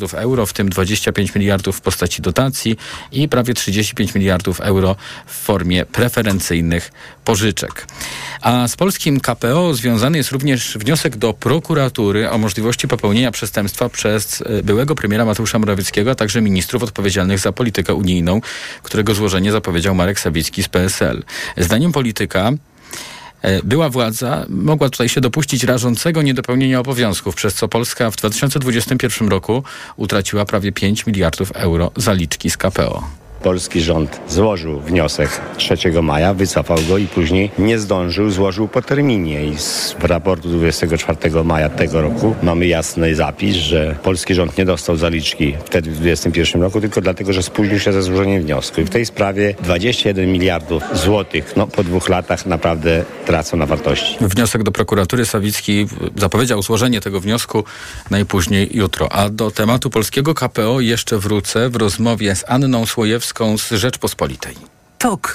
miliardów euro, w tym 25 miliardów w postaci dotacji i prawie 35 miliardów euro w formie preferencyjnych pożyczek. A z polskim KPO związany jest również wniosek do prokuratury o możliwości popełnienia przestępstwa przez byłego premiera Mateusza Morawieckiego, a także ministrów odpowiedzialnych za politykę unijną, którego złożenie zapowiedział Marek Sawicki z PSL. Zdaniem polityka była władza mogła tutaj się dopuścić rażącego niedopełnienia obowiązków, przez co Polska w 2021 roku utraciła prawie 5 miliardów euro zaliczki z KPO. Polski rząd złożył wniosek 3 maja, wycofał go i później nie zdążył, złożył po terminie. I z raportu 24 maja tego roku mamy jasny zapis, że polski rząd nie dostał zaliczki wtedy w 2021 roku, tylko dlatego, że spóźnił się ze złożeniem wniosku. I w tej sprawie 21 miliardów złotych po 2 latach naprawdę tracą na wartości. Wniosek do prokuratury Sawicki zapowiedział złożenie tego wniosku najpóźniej jutro. A do tematu polskiego KPO jeszcze wrócę w rozmowie z Anną Słojewską z Rzeczpospolitej. TOK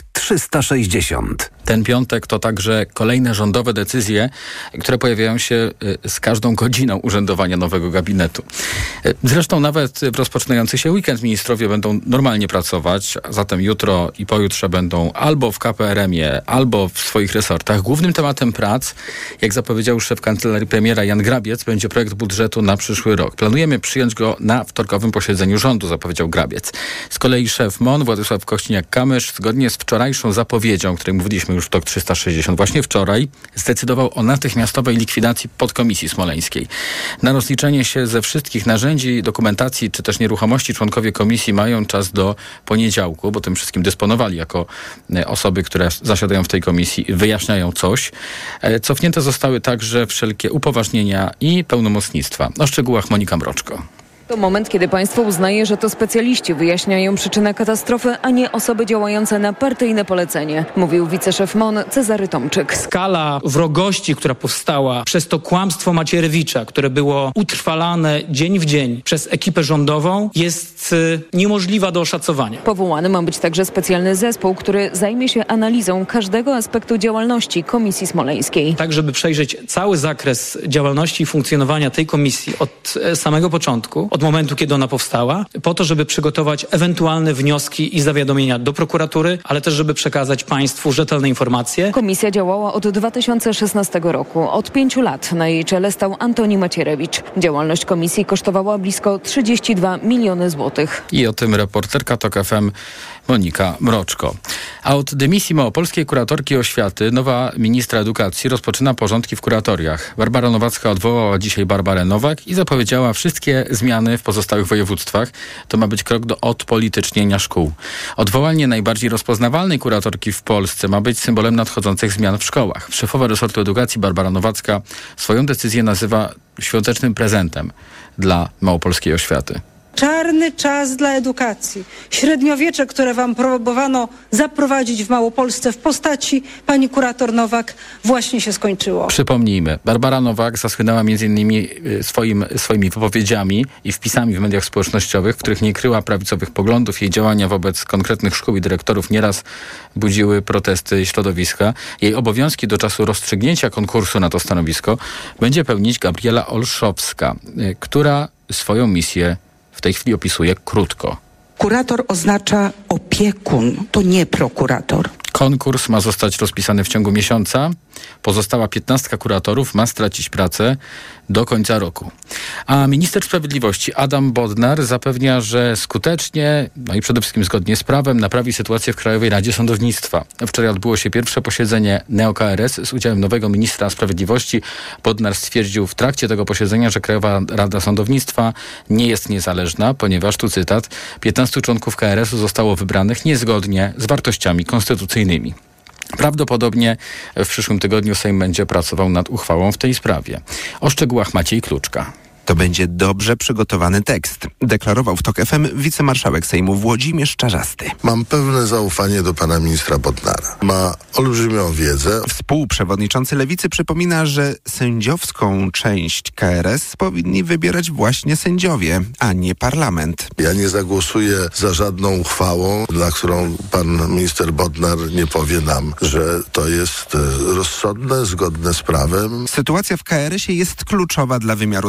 360. Ten piątek to także kolejne rządowe decyzje, które pojawiają się z każdą godziną urzędowania nowego gabinetu. Zresztą nawet w rozpoczynający się weekend ministrowie będą normalnie pracować, a zatem jutro i pojutrze będą albo w KPRM-ie, albo w swoich resortach. Głównym tematem prac, jak zapowiedział szef kancelarii premiera Jan Grabiec, będzie projekt budżetu na przyszły rok. Planujemy przyjąć go na wtorkowym posiedzeniu rządu, zapowiedział Grabiec. Z kolei szef MON Władysław Kośniak-Kamysz zgodnie z wczorajszą zapowiedzią, o której mówiliśmy już w TOK 360, właśnie wczoraj zdecydował o natychmiastowej likwidacji podkomisji smoleńskiej. Na rozliczenie się ze wszystkich narzędzi, dokumentacji czy też nieruchomości członkowie komisji mają czas do poniedziałku, bo tym wszystkim dysponowali jako osoby, które zasiadają w tej komisji, wyjaśniają coś. Cofnięte zostały także wszelkie upoważnienia i pełnomocnictwa. O szczegółach Monika Mroczko. To moment, kiedy państwo uznaje, że to specjaliści wyjaśniają przyczynę katastrofy, a nie osoby działające na partyjne polecenie, mówił wiceszef MON Cezary Tomczyk. Skala wrogości, która powstała przez to kłamstwo Macierewicza, które było utrwalane dzień w dzień przez ekipę rządową, jest niemożliwa do oszacowania. Powołany ma być także specjalny zespół, który zajmie się analizą każdego aspektu działalności Komisji Smoleńskiej. Tak, żeby przejrzeć cały zakres działalności i funkcjonowania tej komisji od samego początku, od momentu, kiedy ona powstała, po to, żeby przygotować ewentualne wnioski i zawiadomienia do prokuratury, ale też, żeby przekazać państwu rzetelne informacje. Komisja działała od 2016 roku. Od 5 lat na jej czele stał Antoni Macierewicz. Działalność komisji kosztowała blisko 32 miliony złotych. I o tym reporterka TOK FM Monika Mroczko. A od dymisji małopolskiej kuratorki oświaty nowa ministra edukacji rozpoczyna porządki w kuratoriach. Barbara Nowacka odwołała dzisiaj Barbarę Nowak i zapowiedziała wszystkie zmiany w pozostałych województwach. To ma być krok do odpolitycznienia szkół. Odwołanie najbardziej rozpoznawalnej kuratorki w Polsce ma być symbolem nadchodzących zmian w szkołach. Szefowa resortu edukacji Barbara Nowacka swoją decyzję nazywa świątecznym prezentem dla małopolskiej oświaty. Czarny czas dla edukacji. Średniowiecze, które wam próbowano zaprowadzić w Małopolsce w postaci pani kurator Nowak, właśnie się skończyło. Przypomnijmy, Barbara Nowak zasłynęła m.in. swoimi wypowiedziami i wpisami w mediach społecznościowych, w których nie kryła prawicowych poglądów. Jej działania wobec konkretnych szkół i dyrektorów nieraz budziły protesty środowiska. Jej obowiązki do czasu rozstrzygnięcia konkursu na to stanowisko będzie pełnić Gabriela Olszowska, która swoją misję w tej chwili opisuje krótko. Kurator oznacza opiekun, to nie prokurator. Konkurs ma zostać rozpisany w ciągu miesiąca. Pozostała 15 kuratorów ma stracić pracę do końca roku. A minister sprawiedliwości Adam Bodnar zapewnia, że skutecznie, no i przede wszystkim zgodnie z prawem, naprawi sytuację w Krajowej Radzie Sądownictwa. Wczoraj odbyło się pierwsze posiedzenie NeoKRS z udziałem nowego ministra sprawiedliwości. Bodnar stwierdził w trakcie tego posiedzenia, że Krajowa Rada Sądownictwa nie jest niezależna, ponieważ, tu cytat, 15 członków KRS-u zostało wybranych niezgodnie z wartościami konstytucyjnymi. Prawdopodobnie w przyszłym tygodniu Sejm będzie pracował nad uchwałą w tej sprawie. O szczegółach Maciej Kluczka. To będzie dobrze przygotowany tekst, deklarował w TOK FM wicemarszałek Sejmu Włodzimierz Czarzasty. Mam pełne zaufanie do pana ministra Bodnara. Ma olbrzymią wiedzę. Współprzewodniczący Lewicy przypomina, że sędziowską część KRS powinni wybierać właśnie sędziowie, a nie parlament. Ja nie zagłosuję za żadną uchwałą, dla którą pan minister Bodnar nie powie nam, że to jest rozsądne, zgodne z prawem. Sytuacja w KRS-ie jest kluczowa dla wymiaru sprawiedliwości,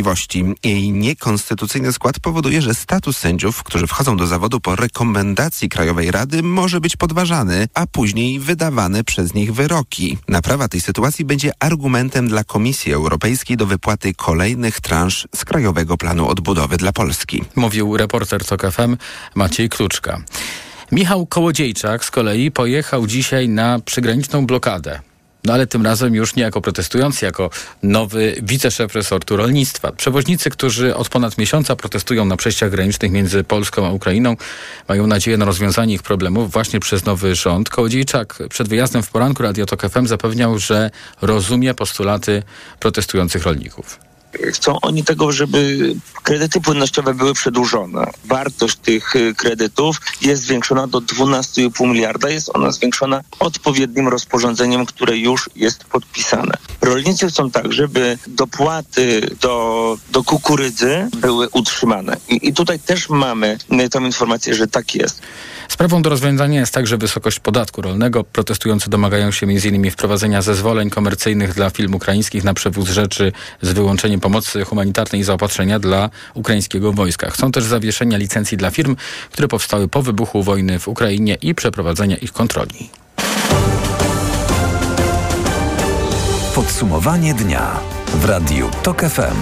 Sprawiedliwości. Jej niekonstytucyjny skład powoduje, że status sędziów, którzy wchodzą do zawodu po rekomendacji Krajowej Rady, może być podważany, a później wydawane przez nich wyroki. Naprawa tej sytuacji będzie argumentem dla Komisji Europejskiej do wypłaty kolejnych transz z Krajowego Planu Odbudowy dla Polski. Mówił reporter TOK FM Maciej Kluczka. Michał Kołodziejczak z kolei pojechał dzisiaj na przygraniczną blokadę. No ale tym razem już nie jako protestujący, jako nowy wiceszef resortu rolnictwa. Przewoźnicy, którzy od ponad miesiąca protestują na przejściach granicznych między Polską a Ukrainą, mają nadzieję na rozwiązanie ich problemów właśnie przez nowy rząd. Kołodziejczak przed wyjazdem w poranku Radia TOK FM zapewniał, że rozumie postulaty protestujących rolników. Chcą oni tego, żeby kredyty płynnościowe były przedłużone. Wartość tych kredytów jest zwiększona do 12,5 miliarda. Jest ona zwiększona odpowiednim rozporządzeniem, które już jest podpisane. Rolnicy chcą tak, żeby dopłaty do kukurydzy były utrzymane. I tutaj też mamy tą informację, że tak jest. Sprawą do rozwiązania jest także wysokość podatku rolnego. Protestujący domagają się m.in. wprowadzenia zezwoleń komercyjnych dla firm ukraińskich na przewóz rzeczy z wyłączeniem pomocy humanitarnej i zaopatrzenia dla ukraińskiego wojska. Chcą też zawieszenia licencji dla firm, które powstały po wybuchu wojny w Ukrainie i przeprowadzenia ich kontroli. Podsumowanie dnia w Radiu TOK FM.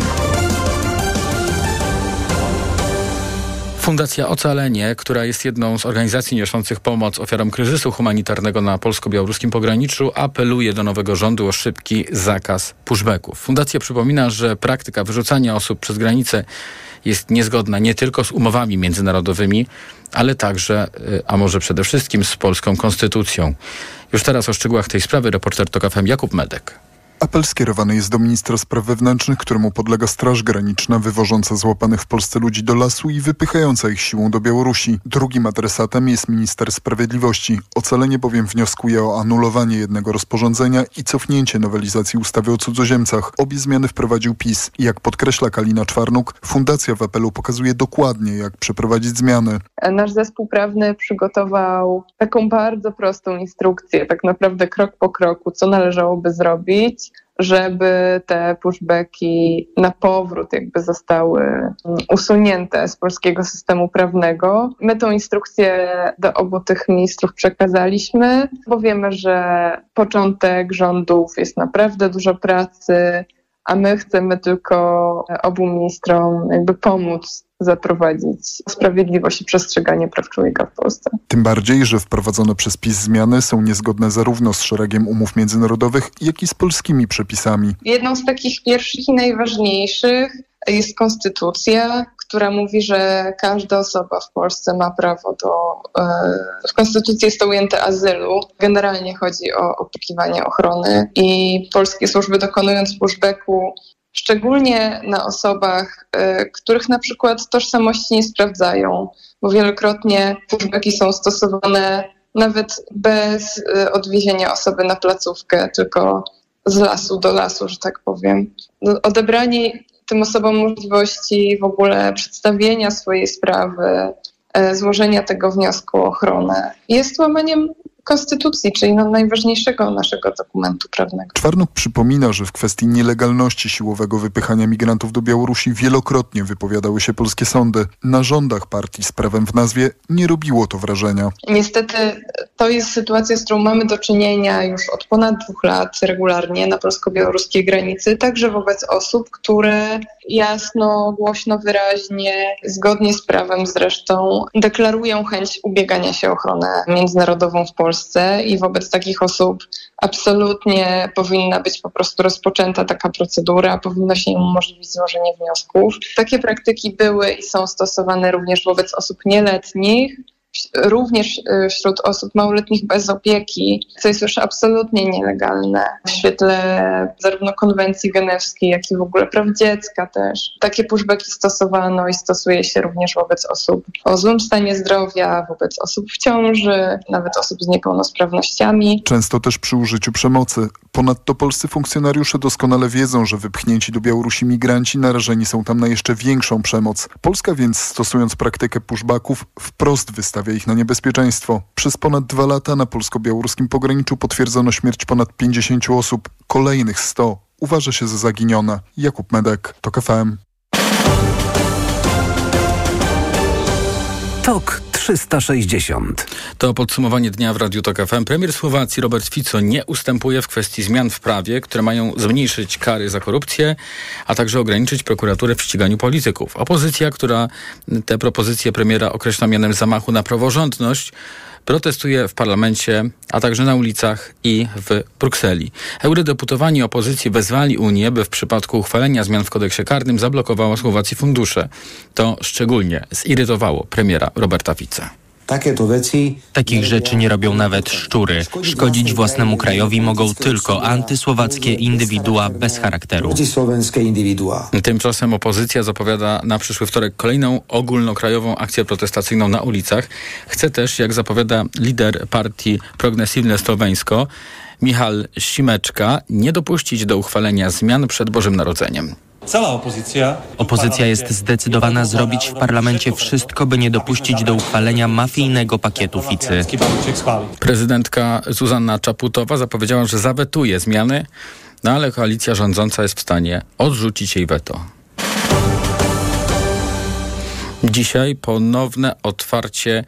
Fundacja Ocalenie, która jest jedną z organizacji niosących pomoc ofiarom kryzysu humanitarnego na polsko-białoruskim pograniczu, apeluje do nowego rządu o szybki zakaz pushbacków. Fundacja przypomina, że praktyka wyrzucania osób przez granicę jest niezgodna nie tylko z umowami międzynarodowymi, ale także, a może przede wszystkim z polską konstytucją. Już teraz o szczegółach tej sprawy reporter TOK FM Jakub Medek. Apel skierowany jest do ministra spraw wewnętrznych, któremu podlega Straż Graniczna, wywożąca złapanych w Polsce ludzi do lasu i wypychająca ich siłą do Białorusi. Drugim adresatem jest minister sprawiedliwości. Ocalenie bowiem wnioskuje o anulowanie jednego rozporządzenia i cofnięcie nowelizacji ustawy o cudzoziemcach. Obie zmiany wprowadził PiS. Jak podkreśla Kalina Czwarnuk, fundacja w apelu pokazuje dokładnie, jak przeprowadzić zmiany. Nasz zespół prawny przygotował taką bardzo prostą instrukcję, tak naprawdę krok po kroku, co należałoby zrobić, żeby te pushbacki na powrót zostały usunięte z polskiego systemu prawnego. My tą instrukcję do obu tych ministrów przekazaliśmy, bo wiemy, że początek rządów jest naprawdę dużo pracy, a my chcemy tylko obu ministrom pomóc zaprowadzić sprawiedliwość i przestrzeganie praw człowieka w Polsce. Tym bardziej, że wprowadzone przez PiS zmiany są niezgodne zarówno z szeregiem umów międzynarodowych, jak i z polskimi przepisami. Jedną z takich pierwszych i najważniejszych jest konstytucja, która mówi, że każda osoba w Polsce ma prawo w konstytucji jest to ujęte azylu. Generalnie chodzi o poszukiwanie ochrony i polskie służby, dokonując pushbacku, szczególnie na osobach, których na przykład tożsamości nie sprawdzają, bo wielokrotnie pushbacki są stosowane nawet bez odwiezienia osoby na placówkę, tylko z lasu do lasu, że tak powiem. Odebranie tym osobom możliwości w ogóle przedstawienia swojej sprawy, złożenia tego wniosku o ochronę jest łamaniem konstytucji, czyli najważniejszego naszego dokumentu prawnego. Czwarnuk przypomina, że w kwestii nielegalności siłowego wypychania migrantów do Białorusi wielokrotnie wypowiadały się polskie sądy. Na rządach partii z prawem w nazwie nie robiło to wrażenia. Niestety to jest sytuacja, z którą mamy do czynienia już od ponad 2 lat regularnie na polsko-białoruskiej granicy, także wobec osób, które jasno, głośno, wyraźnie, zgodnie z prawem zresztą, deklarują chęć ubiegania się o ochronę międzynarodową w Polsce i wobec takich osób absolutnie powinna być po prostu rozpoczęta taka procedura, powinno się im umożliwić złożenie wniosków. Takie praktyki były i są stosowane również wobec osób nieletnich, również wśród osób małoletnich bez opieki, co jest już absolutnie nielegalne w świetle zarówno konwencji genewskiej, jak i w ogóle praw dziecka też. Takie pushbacki stosowano i stosuje się również wobec osób o złym stanie zdrowia, wobec osób w ciąży, nawet osób z niepełnosprawnościami. Często też przy użyciu przemocy. Ponadto polscy funkcjonariusze doskonale wiedzą, że wypchnięci do Białorusi migranci narażeni są tam na jeszcze większą przemoc. Polska więc, stosując praktykę pushbacków, wprost wystawia ich na niebezpieczeństwo. Przez ponad 2 lata na polsko-białoruskim pograniczu potwierdzono śmierć ponad 50 osób. Kolejnych 100 uważa się za zaginione. Jakub Medek, TOK FM. TOK 360. To podsumowanie dnia w Radiu TOK FM. Premier Słowacji Robert Fico nie ustępuje w kwestii zmian w prawie, które mają zmniejszyć kary za korupcję, a także ograniczyć prokuraturę w ściganiu polityków. Opozycja, która te propozycje premiera określa mianem zamachu na praworządność, protestuje w parlamencie, a także na ulicach i w Brukseli. Eurodeputowani opozycji wezwali Unię, by w przypadku uchwalenia zmian w kodeksie karnym zablokowała Słowacji fundusze. To szczególnie zirytowało premiera Roberta Fica. Takich rzeczy nie robią nawet szczury. Szkodzić własnemu krajowi mogą tylko antysłowackie indywidua bez charakteru. Tymczasem opozycja zapowiada na przyszły wtorek kolejną ogólnokrajową akcję protestacyjną na ulicach. Chce też, jak zapowiada lider partii Progresywne Słoweńsko, Michał Šimečka, nie dopuścić do uchwalenia zmian przed Bożym Narodzeniem. Opozycja jest zdecydowana zrobić w parlamencie wszystko, by nie dopuścić do uchwalenia mafijnego pakietu Ficy. Prezydentka Zuzanna Czaputowa zapowiedziała, że zawetuje zmiany, ale koalicja rządząca jest w stanie odrzucić jej weto. Dzisiaj ponowne otwarcie,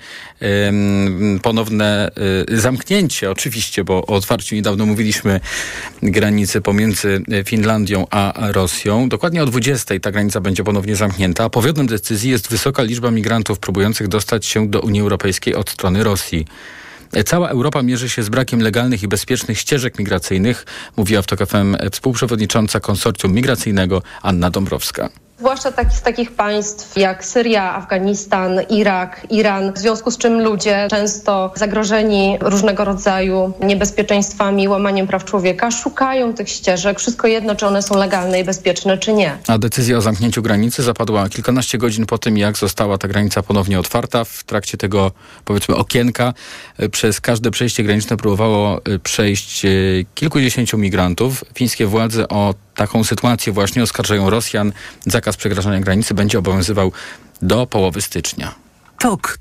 zamknięcie oczywiście, bo o otwarciu niedawno mówiliśmy, granicy pomiędzy Finlandią a Rosją. Dokładnie o 20:00 ta granica będzie ponownie zamknięta. Powodem decyzji jest wysoka liczba migrantów próbujących dostać się do Unii Europejskiej od strony Rosji. Cała Europa mierzy się z brakiem legalnych i bezpiecznych ścieżek migracyjnych, mówiła w TOK FM współprzewodnicząca konsorcjum migracyjnego Anna Dąbrowska. Zwłaszcza z takich państw jak Syria, Afganistan, Irak, Iran, w związku z czym ludzie często zagrożeni różnego rodzaju niebezpieczeństwami, łamaniem praw człowieka, szukają tych ścieżek, wszystko jedno, czy one są legalne i bezpieczne, czy nie. A decyzja o zamknięciu granicy zapadła kilkanaście godzin po tym, jak została ta granica ponownie otwarta. W trakcie tego, powiedzmy, okienka przez każde przejście graniczne próbowało przejść kilkudziesięciu migrantów. Fińskie władze o taką sytuację właśnie oskarżają Rosjan. Zakaz przekraczania granicy będzie obowiązywał do połowy stycznia. TOK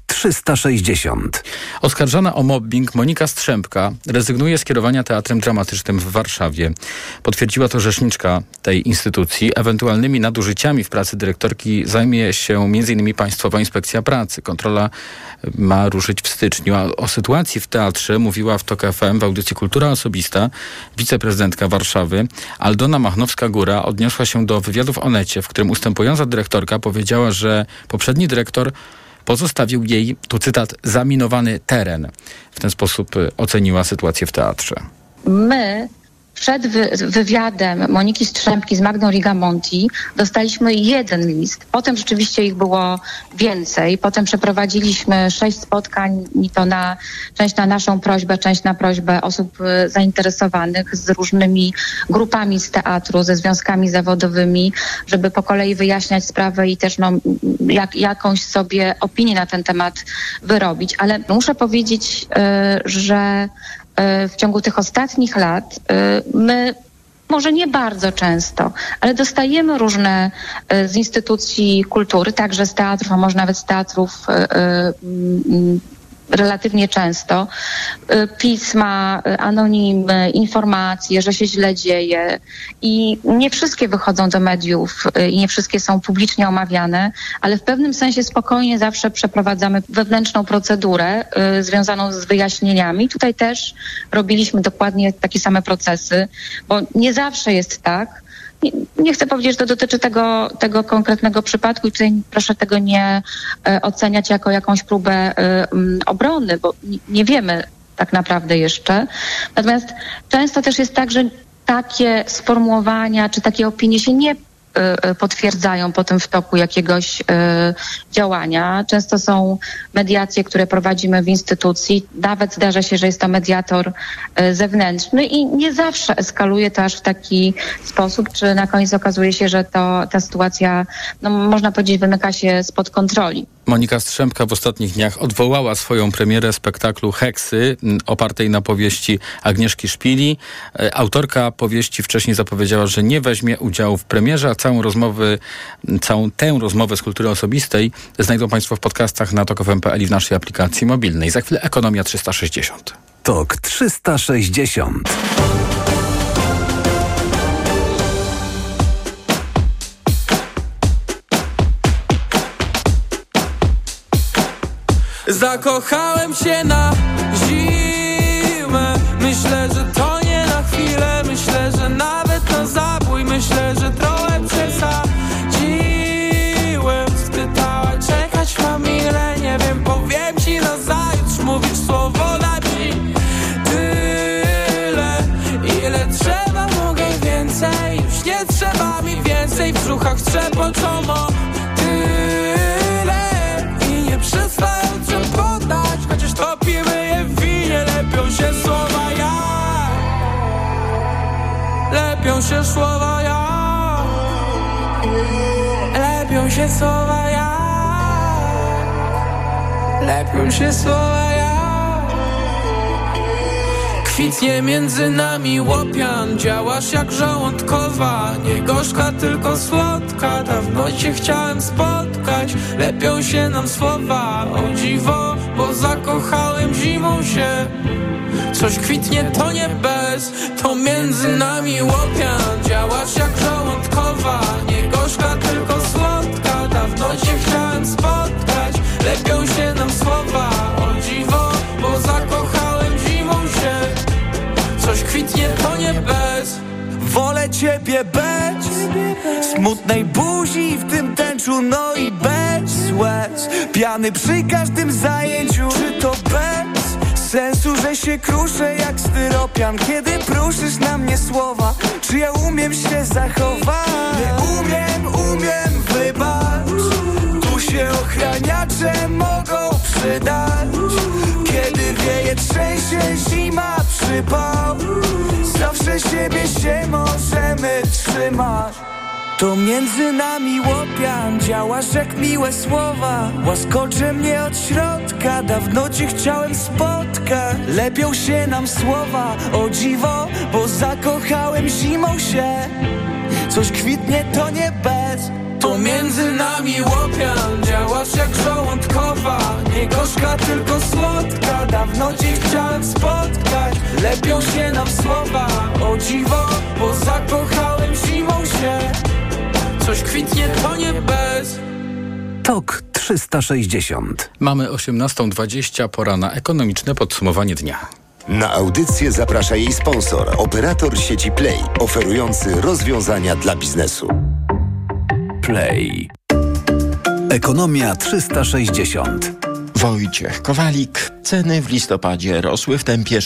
360. Oskarżana o mobbing Monika Strzempka rezygnuje z kierowania Teatrem Dramatycznym w Warszawie. Potwierdziła to rzeczniczka tej instytucji. Ewentualnymi nadużyciami w pracy dyrektorki zajmie się m.in. Państwowa Inspekcja Pracy. Kontrola ma ruszyć w styczniu. A o sytuacji w teatrze mówiła w TOK FM w audycji Kultura Osobista wiceprezydentka Warszawy Aldona Machnowska-Góra odniosła się do wywiadu w Onecie, w którym ustępująca dyrektorka powiedziała, że poprzedni dyrektor pozostawił jej, tu cytat, zaminowany teren. W ten sposób oceniła sytuację w teatrze. My przed wywiadem Moniki Strzempki z Magdą Rigamonti dostaliśmy jeden list. Potem rzeczywiście ich było więcej. Potem przeprowadziliśmy 6 spotkań i to część na naszą prośbę, część na prośbę osób zainteresowanych z różnymi grupami z teatru, ze związkami zawodowymi, żeby po kolei wyjaśniać sprawę i też jakąś sobie opinię na ten temat wyrobić. Ale muszę powiedzieć, że w ciągu tych ostatnich lat my, może nie bardzo często, ale dostajemy różne z instytucji kultury, także z teatrów, a może nawet z teatrów relatywnie często, pisma, anonimy, informacje, że się źle dzieje i nie wszystkie wychodzą do mediów i nie wszystkie są publicznie omawiane, ale w pewnym sensie spokojnie zawsze przeprowadzamy wewnętrzną procedurę związaną z wyjaśnieniami. Tutaj też robiliśmy dokładnie takie same procesy, bo nie zawsze jest tak. Nie chcę powiedzieć, że to dotyczy tego konkretnego przypadku i tutaj proszę tego nie oceniać jako jakąś próbę obrony, bo nie wiemy tak naprawdę jeszcze. Natomiast często też jest tak, że takie sformułowania czy takie opinie się nie potwierdzają potem w toku jakiegoś działania. Często są mediacje, które prowadzimy w instytucji. Nawet zdarza się, że jest to mediator zewnętrzny i nie zawsze eskaluje to aż w taki sposób, czy na koniec okazuje się, że ta sytuacja, można powiedzieć, wymyka się spod kontroli. Monika Strzempka w ostatnich dniach odwołała swoją premierę spektaklu Heksy, opartej na powieści Agnieszki Szpili. Autorka powieści wcześniej zapowiedziała, że nie weźmie udziału w premierze, a całą tę rozmowę z Kultury Osobistej znajdą Państwo w podcastach na tok.fm.pl i w naszej aplikacji mobilnej. Za chwilę Ekonomia 360. TOK 360. Zakochałem się na zimę. Myślę, że to nie na chwilę. Myślę, że nawet na zabój. Myślę, że trochę przesadziłem. Spytała, czekać mam ile. Nie wiem, powiem ci nazajutrz. Mówisz słowo na dziś. Tyle, ile trzeba, mogę więcej. Już nie trzeba mi więcej. W brzuchach trzepocą o tyle. I nie przestają trzepotać. Chociaż topimy je w winie. Lepią się słowa jak. Lepią się słowa jak. Lepią się słowa jak. Lepią się słowa jak. Kwitnie między nami łopian. Działasz jak żołądkowa. Nie gorzka, tylko słodka. Dawno cię chciałem spotkać. Lepią się nam słowa. O dziwo, bo zakochałem zimą się. Coś kwitnie, to nie bez. To między nami łopian. Działasz jak żołądkowa. Nie gorzka, tylko słodka. Dawno cię chciałem spotkać. Lepią się nam słowa. O dziwo, bo zakochałem zimą się. Coś kwitnie, to nie bez. Wolę ciebie bez smutnej buzi w tym tęczu, no i bez łez. Piany przy każdym zajęciu. Czy to bez sensu, że się kruszę jak styropian, kiedy pruszysz na mnie słowa? Czy ja umiem się zachować? Nie umiem, wybacz. Tu się ochraniacze mogą przydać. Kiedy wieje, trzęsie zima, przypał. Zawsze siebie się możemy trzymać. To między nami łopian. Działasz jak miłe słowa. Łaskocze mnie od środka. Dawno cię chciałem spotkać. Lepią się nam słowa. O dziwo, bo zakochałem zimą się. Coś kwitnie, to nie bez. To między nami łopian. Działasz jak żołądkowa. Nie gorzka, tylko słodka. Dawno cię chciałem spotkać. Lepią się nam słowa. O dziwo, bo zakochałem zimą się. Coś kwitnie, to nie bez. TOK 360. Mamy 18:20, pora na ekonomiczne podsumowanie dnia. Na audycję zaprasza jej sponsor, operator sieci Play, oferujący rozwiązania dla biznesu. Play. Ekonomia 360. Wojciech Kowalik. Ceny w listopadzie rosły w tempie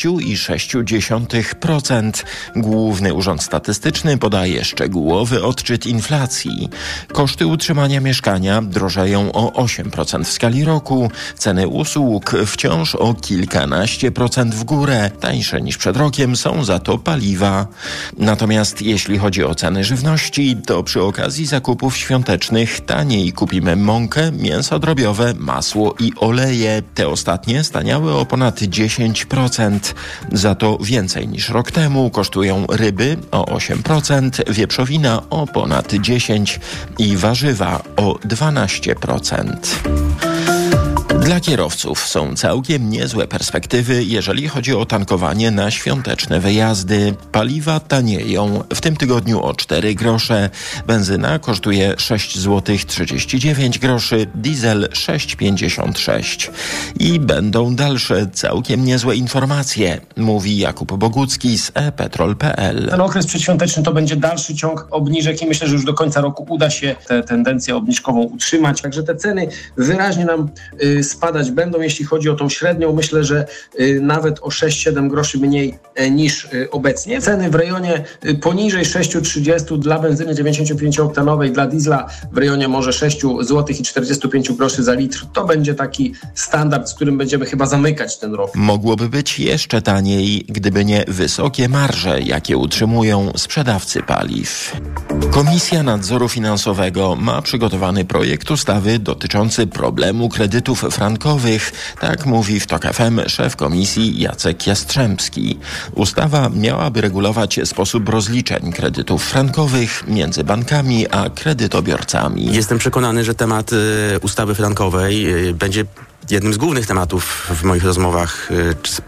6,6%. Główny Urząd Statystyczny podaje szczegółowy odczyt inflacji. Koszty utrzymania mieszkania drożeją o 8% w skali roku. Ceny usług wciąż o kilkanaście procent w górę. Tańsze niż przed rokiem są za to paliwa. Natomiast jeśli chodzi o ceny żywności, to przy okazji zakupów świątecznych taniej kupimy mąkę, mięso drobiowe, masło i oleje. Te ostatnie staniały o ponad 10%. Za to więcej niż rok temu kosztują ryby o 8%, wieprzowina o ponad 10% i warzywa o 12%. Dla kierowców są całkiem niezłe perspektywy, jeżeli chodzi o tankowanie na świąteczne wyjazdy. Paliwa tanieją, w tym tygodniu o 4 grosze. Benzyna kosztuje 6,39 zł, diesel 6,56. I będą dalsze całkiem niezłe informacje, mówi Jakub Bogucki z ePetrol.pl. Ten okres przedświąteczny to będzie dalszy ciąg obniżek i myślę, że już do końca roku uda się tę tendencję obniżkową utrzymać. Także te ceny wyraźnie nam spadać będą. Jeśli chodzi o tą średnią, myślę, że nawet o 6-7 groszy mniej niż obecnie. Ceny w rejonie poniżej 6,30 dla benzyny 95-oktanowej, dla diesla w rejonie może 6,45 zł za litr. To będzie taki standard, z którym będziemy chyba zamykać ten rok. Mogłoby być jeszcze taniej, gdyby nie wysokie marże, jakie utrzymują sprzedawcy paliw. Komisja Nadzoru Finansowego ma przygotowany projekt ustawy dotyczący problemu kredytów frankowych. Tak mówi w TOK FM szef komisji Jacek Jastrzębski. Ustawa miałaby regulować sposób rozliczeń kredytów frankowych między bankami a kredytobiorcami. Jestem przekonany, że temat ustawy frankowej będzie jednym z głównych tematów w moich rozmowach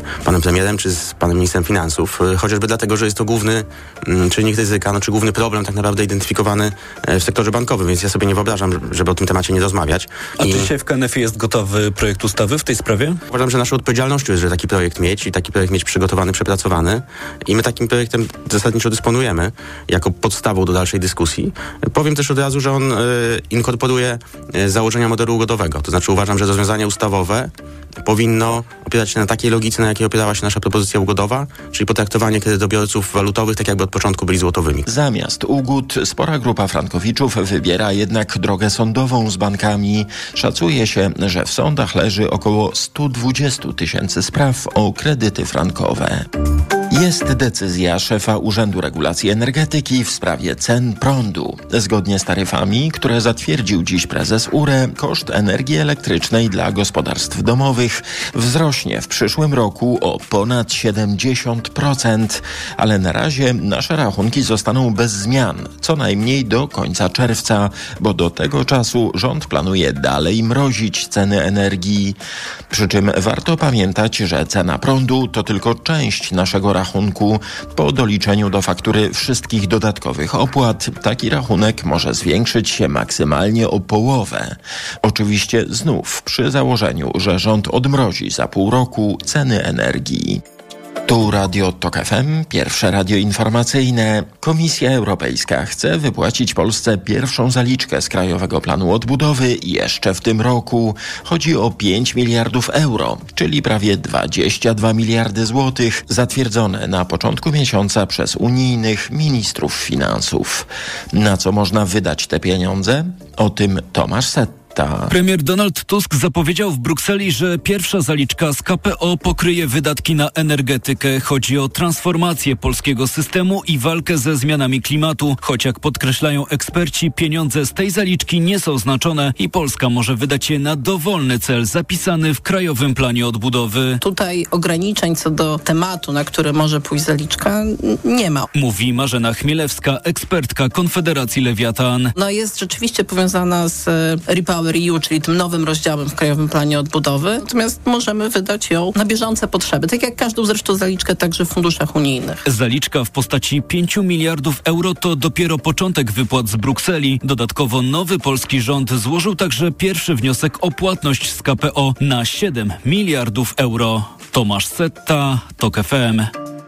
panem premierem, czy z panem ministrem finansów, chociażby dlatego, że jest to główny czynnik ryzyka, czy główny problem tak naprawdę identyfikowany w sektorze bankowym, więc ja sobie nie wyobrażam, żeby o tym temacie nie rozmawiać. A czy dzisiaj w KNF jest gotowy projekt ustawy w tej sprawie? Uważam, że naszą odpowiedzialnością jest, że taki projekt mieć i taki projekt mieć przygotowany, przepracowany i my takim projektem zasadniczo dysponujemy jako podstawą do dalszej dyskusji. Powiem też od razu, że on inkorporuje założenia modelu ugodowego, to znaczy uważam, że rozwiązanie ustawowe powinno opierać się na takiej logice, na jakiej opierała się nasza propozycja ugodowa, czyli potraktowanie kredytobiorców walutowych tak jakby od początku byli złotowymi. Zamiast ugód spora grupa frankowiczów wybiera jednak drogę sądową z bankami. Szacuje się, że w sądach leży około 120 000 spraw o kredyty frankowe. Jest decyzja szefa Urzędu Regulacji Energetyki w sprawie cen prądu. Zgodnie z taryfami, które zatwierdził dziś prezes URE, koszt energii elektrycznej dla gospodarstw domowych wzrośnie w przyszłym roku o ponad 70%, ale na razie nasze rachunki zostaną bez zmian, co najmniej do końca czerwca, bo do tego czasu rząd planuje dalej mrozić ceny energii. Przy czym warto pamiętać, że cena prądu to tylko część naszego rachunku. Po doliczeniu do faktury wszystkich dodatkowych opłat taki rachunek może zwiększyć się maksymalnie o połowę. Oczywiście znów przy założeniu, że rząd odmrozi za pół roku ceny energii. Tu Radio TOK FM, pierwsze radio informacyjne. Komisja Europejska chce wypłacić Polsce pierwszą zaliczkę z Krajowego Planu Odbudowy jeszcze w tym roku. Chodzi o 5 miliardów euro, czyli prawie 22 miliardy złotych, zatwierdzone na początku miesiąca przez unijnych ministrów finansów. Na co można wydać te pieniądze? O tym Tomasz Setta. Premier Donald Tusk zapowiedział w Brukseli, że pierwsza zaliczka z KPO pokryje wydatki na energetykę. Chodzi o transformację polskiego systemu i walkę ze zmianami klimatu. Choć jak podkreślają eksperci, pieniądze z tej zaliczki nie są znaczone i Polska może wydać je na dowolny cel zapisany w Krajowym Planie Odbudowy. Tutaj ograniczeń co do tematu, na który może pójść zaliczka, nie ma. Mówi Marzena Chmielewska, ekspertka Konfederacji Lewiatan. Jest rzeczywiście powiązana z REPowerEU, czyli tym nowym rozdziałem w Krajowym Planie Odbudowy. Natomiast możemy wydać ją na bieżące potrzeby, tak jak każdą zresztą zaliczkę także w funduszach unijnych. Zaliczka w postaci 5 miliardów euro to dopiero początek wypłat z Brukseli. Dodatkowo nowy polski rząd złożył także pierwszy wniosek o płatność z KPO na 7 miliardów euro. Tomasz Setta, TOK FM.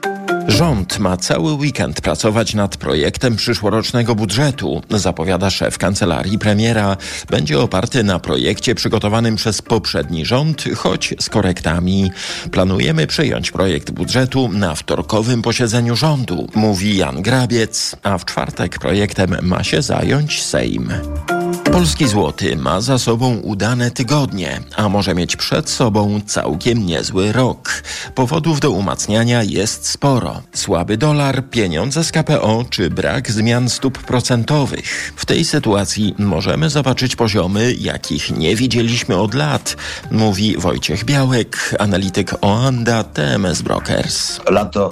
Rząd ma cały weekend pracować nad projektem przyszłorocznego budżetu, zapowiada szef kancelarii premiera. Będzie oparty na projekcie przygotowanym przez poprzedni rząd, choć z korektami. Planujemy przyjąć projekt budżetu na wtorkowym posiedzeniu rządu, mówi Jan Grabiec, a w czwartek projektem ma się zająć Sejm. Polski złoty ma za sobą udane tygodnie, a może mieć przed sobą całkiem niezły rok. Powodów do umacniania jest sporo. Słaby dolar, pieniądze z KPO czy brak zmian stóp procentowych. W tej sytuacji możemy zobaczyć poziomy, jakich nie widzieliśmy od lat, mówi Wojciech Białek, analityk Oanda TMS Brokers. Lato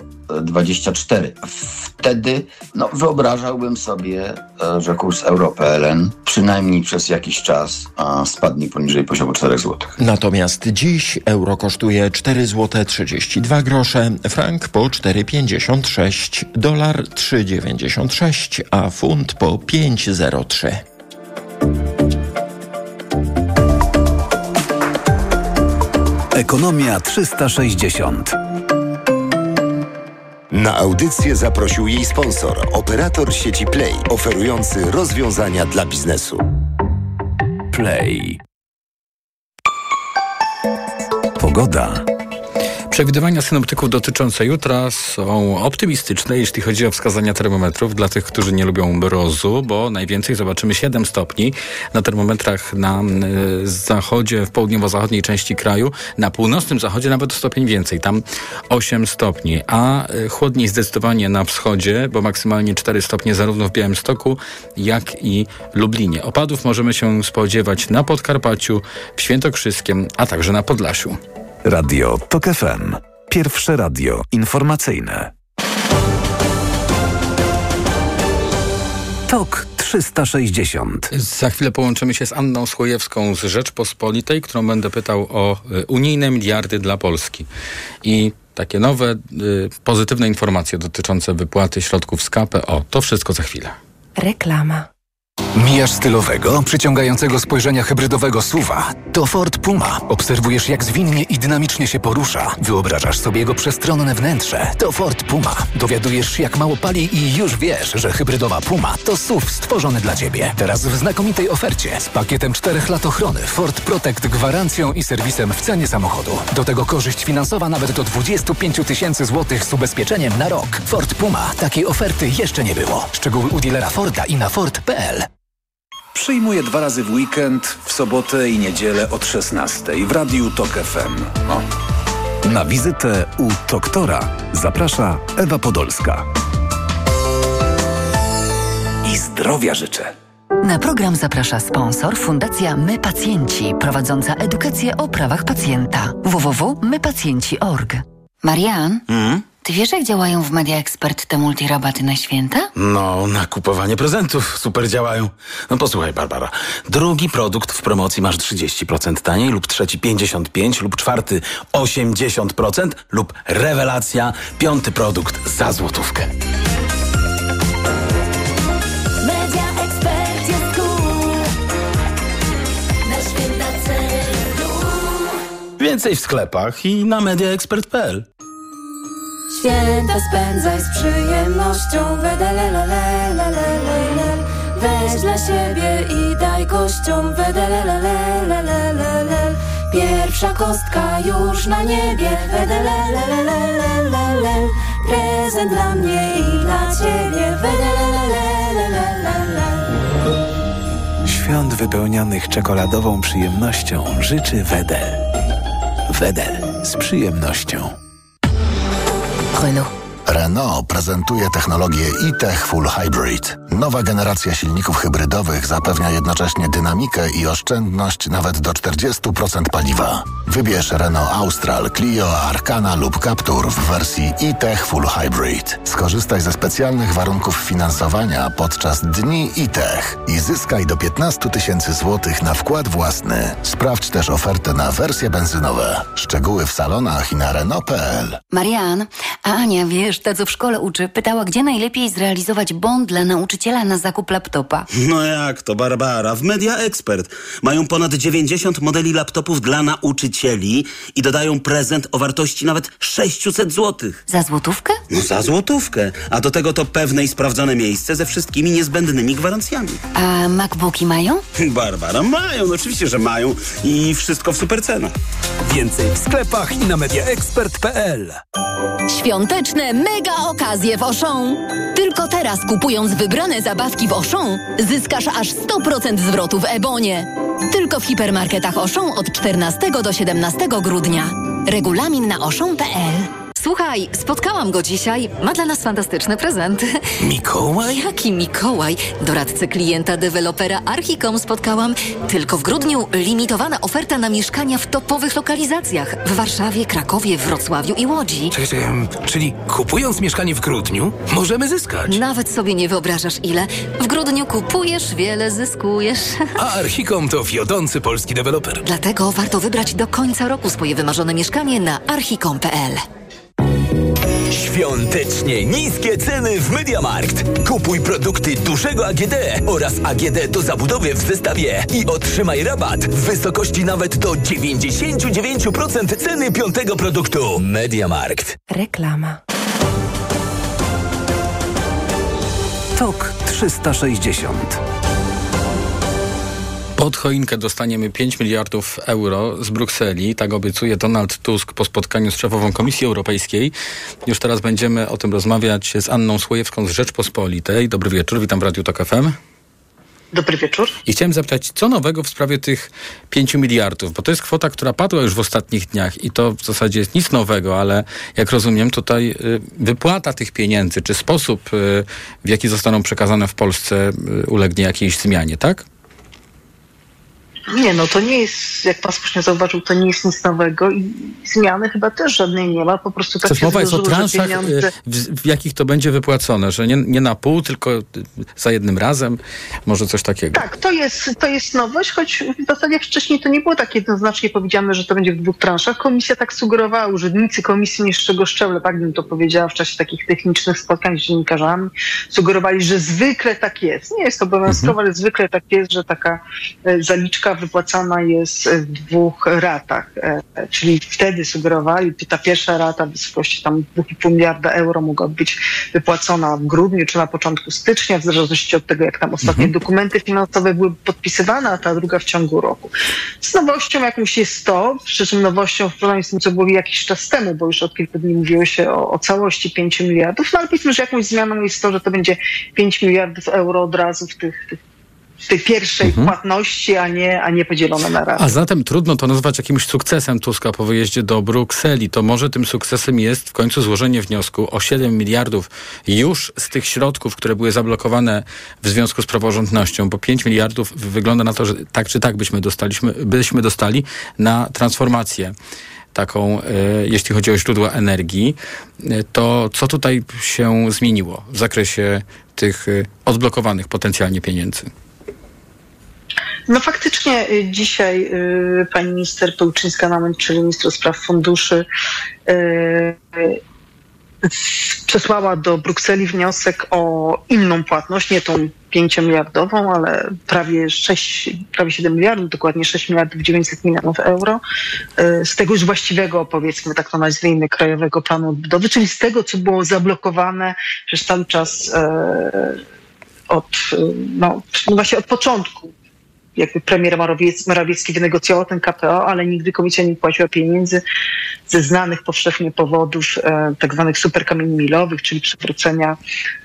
24. Wtedy wyobrażałbym sobie, że kurs euro-PLN przynajmniej przez jakiś czas spadnie poniżej poziomu 4 zł. Natomiast dziś euro kosztuje 4 zł 32 grosze, frank po 4,56, dolar 3,96, a funt po 5,03. Ekonomia 360. Na audycję zaprosił jej sponsor, operator sieci Play, oferujący rozwiązania dla biznesu. Play. Pogoda. Przewidywania synoptyków dotyczące jutra są optymistyczne, jeśli chodzi o wskazania termometrów dla tych, którzy nie lubią mrozu, bo najwięcej zobaczymy 7 stopni na termometrach na zachodzie, w południowo-zachodniej części kraju, na północnym zachodzie nawet stopień więcej, tam 8 stopni, a chłodniej zdecydowanie na wschodzie, bo maksymalnie 4 stopnie zarówno w Białymstoku, jak i Lublinie. Opadów możemy się spodziewać na Podkarpaciu, w Świętokrzyskiem, a także na Podlasiu. Radio TOK FM. Pierwsze radio informacyjne. TOK 360. Za chwilę połączymy się z Anną Słojewską z Rzeczpospolitej, którą będę pytał o unijne miliardy dla Polski. I takie nowe, pozytywne informacje dotyczące wypłaty środków z KPO. To wszystko za chwilę. Reklama. Mijasz stylowego, przyciągającego spojrzenia hybrydowego SUV-a. To Ford Puma. Obserwujesz, jak zwinnie i dynamicznie się porusza. Wyobrażasz sobie jego przestronne wnętrze. To Ford Puma. Dowiadujesz się, jak mało pali i już wiesz, że hybrydowa Puma to SUV stworzony dla Ciebie. Teraz w znakomitej ofercie z pakietem 4 lat ochrony, Ford Protect, gwarancją i serwisem w cenie samochodu. Do tego korzyść finansowa nawet do 25 000 złotych z ubezpieczeniem na rok. Ford Puma. Takiej oferty jeszcze nie było. Szczegóły u dealera Forda i na Ford.pl. Przyjmuję 2 razy w weekend, w sobotę i niedzielę od 16 w Radiu TOK FM. O. Na wizytę u doktora zaprasza Ewa Podolska. I zdrowia życzę. Na program zaprasza sponsor Fundacja My Pacjenci, prowadząca edukację o prawach pacjenta. www.mypacjenci.org. Marian? Ty wiesz, jak działają w Media Expert te multirabaty na święta? No, na kupowanie prezentów super działają. No posłuchaj, Barbara. Drugi produkt w promocji masz 30% taniej, lub trzeci 55%, lub czwarty 80%, lub rewelacja, 5. produkt za złotówkę. Media Expert jest cool. Na święta ceny Więcej w sklepach i na mediaexpert.pl. Święta spędzaj z przyjemnością, wedelelelelelelelel. Weź dla siebie i daj gościom, wedelelelelelelel. Pierwsza kostka już na niebie, wedelelelelelelel. Prezent dla mnie i dla ciebie, wedelelelelelelel. Świąt wypełnionych czekoladową przyjemnością życzy Wedel. Wedel z przyjemnością. Renault prezentuje technologię e-Tech Full Hybrid. Nowa generacja silników hybrydowych zapewnia jednocześnie dynamikę i oszczędność nawet do 40% paliwa. Wybierz Renault Austral, Clio, Arkana lub Captur w wersji e-Tech Full Hybrid. Skorzystaj ze specjalnych warunków finansowania podczas dni e-Tech i zyskaj do 15 000 złotych na wkład własny. Sprawdź też ofertę na wersje benzynowe. Szczegóły w salonach i na Renault.pl. Marian, a Ania, wiesz, ta co w szkole uczy, pytała, gdzie najlepiej zrealizować bon dla nauczyciela na zakup laptopa. No jak to, Barbara? W Media Expert mają ponad 90 modeli laptopów dla nauczycieli i dodają prezent o wartości nawet 600 zł. Za złotówkę? No za złotówkę. A do tego to pewne i sprawdzone miejsce ze wszystkimi niezbędnymi gwarancjami. A MacBooki mają? Barbara, mają, no oczywiście, że mają i wszystko w super cenach. Więcej w sklepach i na mediaexpert.pl. Świąteczne mega okazje w Auchan. Tylko teraz, kupując wybrane zabawki w Auchan, zyskasz aż 100% zwrotu w e-bonie. Tylko w hipermarketach Auchan od 14 do 17 grudnia. Regulamin na auchan.pl. Słuchaj, spotkałam go dzisiaj. Ma dla nas fantastyczny prezent. Mikołaj? Jaki Mikołaj? Doradcę klienta dewelopera Archicom spotkałam. Tylko w grudniu limitowana oferta na mieszkania w topowych lokalizacjach. W Warszawie, Krakowie, Wrocławiu i Łodzi. Czyli kupując mieszkanie w grudniu, możemy zyskać. Nawet sobie nie wyobrażasz ile. W grudniu kupujesz, wiele zyskujesz. A Archicom to wiodący polski deweloper. Dlatego warto wybrać do końca roku swoje wymarzone mieszkanie na archicom.pl. Świątecznie niskie ceny w MediaMarkt. Kupuj produkty dużego AGD oraz AGD do zabudowy w zestawie i otrzymaj rabat w wysokości nawet do 99% ceny 5. produktu. MediaMarkt. Reklama. TOK 360. Pod choinkę dostaniemy 5 miliardów euro z Brukseli. Tak obiecuje Donald Tusk po spotkaniu z szefową Komisji Europejskiej. Już teraz będziemy o tym rozmawiać z Anną Słojewską z Rzeczpospolitej. Dobry wieczór, witam w Radiu TOK FM. Dobry wieczór. I chciałem zapytać, co nowego w sprawie tych 5 miliardów? Bo to jest kwota, która padła już w ostatnich dniach i to w zasadzie jest nic nowego, ale jak rozumiem, tutaj wypłata tych pieniędzy, czy sposób, w jaki zostaną przekazane w Polsce, ulegnie jakiejś zmianie, tak? Nie, no to nie jest, jak pan słusznie zauważył, to nie jest nic nowego i zmiany chyba też żadnej nie ma, po prostu tak się mowa jest o złożyło, że transzach, pieniądze... w jakich to będzie wypłacone, że nie na pół, tylko za jednym razem, może coś takiego. Tak, to jest nowość, choć w zasadzie wcześniej to nie było tak jednoznacznie powiedziane, że to będzie w 2 transzach. Komisja tak sugerowała, urzędnicy komisji niższego szczebla, tak bym to powiedziała, w czasie takich technicznych spotkań z dziennikarzami, sugerowali, że zwykle tak jest. Nie jest to obowiązkowe, ale zwykle tak jest, że taka zaliczka wypłacana jest w 2 ratach. Czyli wtedy sugerowali, ta pierwsza rata w wysokości tam 2,5 miliarda euro mogła być wypłacona w grudniu czy na początku stycznia, w zależności od tego, jak tam ostatnie dokumenty finansowe były podpisywane, a ta druga w ciągu roku. Z nowością jakąś jest to, przy czym nowością w porównaniu z tym, co było jakiś czas temu, bo już od kilku dni mówiło się o całości 5 miliardów, no ale powiedzmy, że jakąś zmianą jest to, że to będzie 5 miliardów euro od razu w tej pierwszej płatności, a nie podzielone na raty. A zatem trudno to nazwać jakimś sukcesem Tuska po wyjeździe do Brukseli. To może tym sukcesem jest w końcu złożenie wniosku o 7 miliardów już z tych środków, które były zablokowane w związku z praworządnością, bo 5 miliardów wygląda na to, że tak czy tak byśmy dostali na transformację taką, jeśli chodzi o źródła energii. To co tutaj się zmieniło w zakresie tych odblokowanych potencjalnie pieniędzy? No faktycznie dzisiaj pani minister Pełczyńska-Namyt, czyli minister spraw funduszy, przesłała do Brukseli wniosek o inną płatność, nie tą 5-miliardową, ale prawie 7 miliardów, dokładnie 6 miliardów 900 milionów euro, z tego już właściwego, powiedzmy, tak to nazwijmy, Krajowego Planu Odbudowy, czyli z tego, co było zablokowane przez cały czas właśnie od początku. Jakby premier Morawiecki wynegocjował ten KPO, ale nigdy komisja nie płaciła pieniędzy ze znanych powszechnie powodów, tak zwanych superkamieni milowych, czyli przywrócenia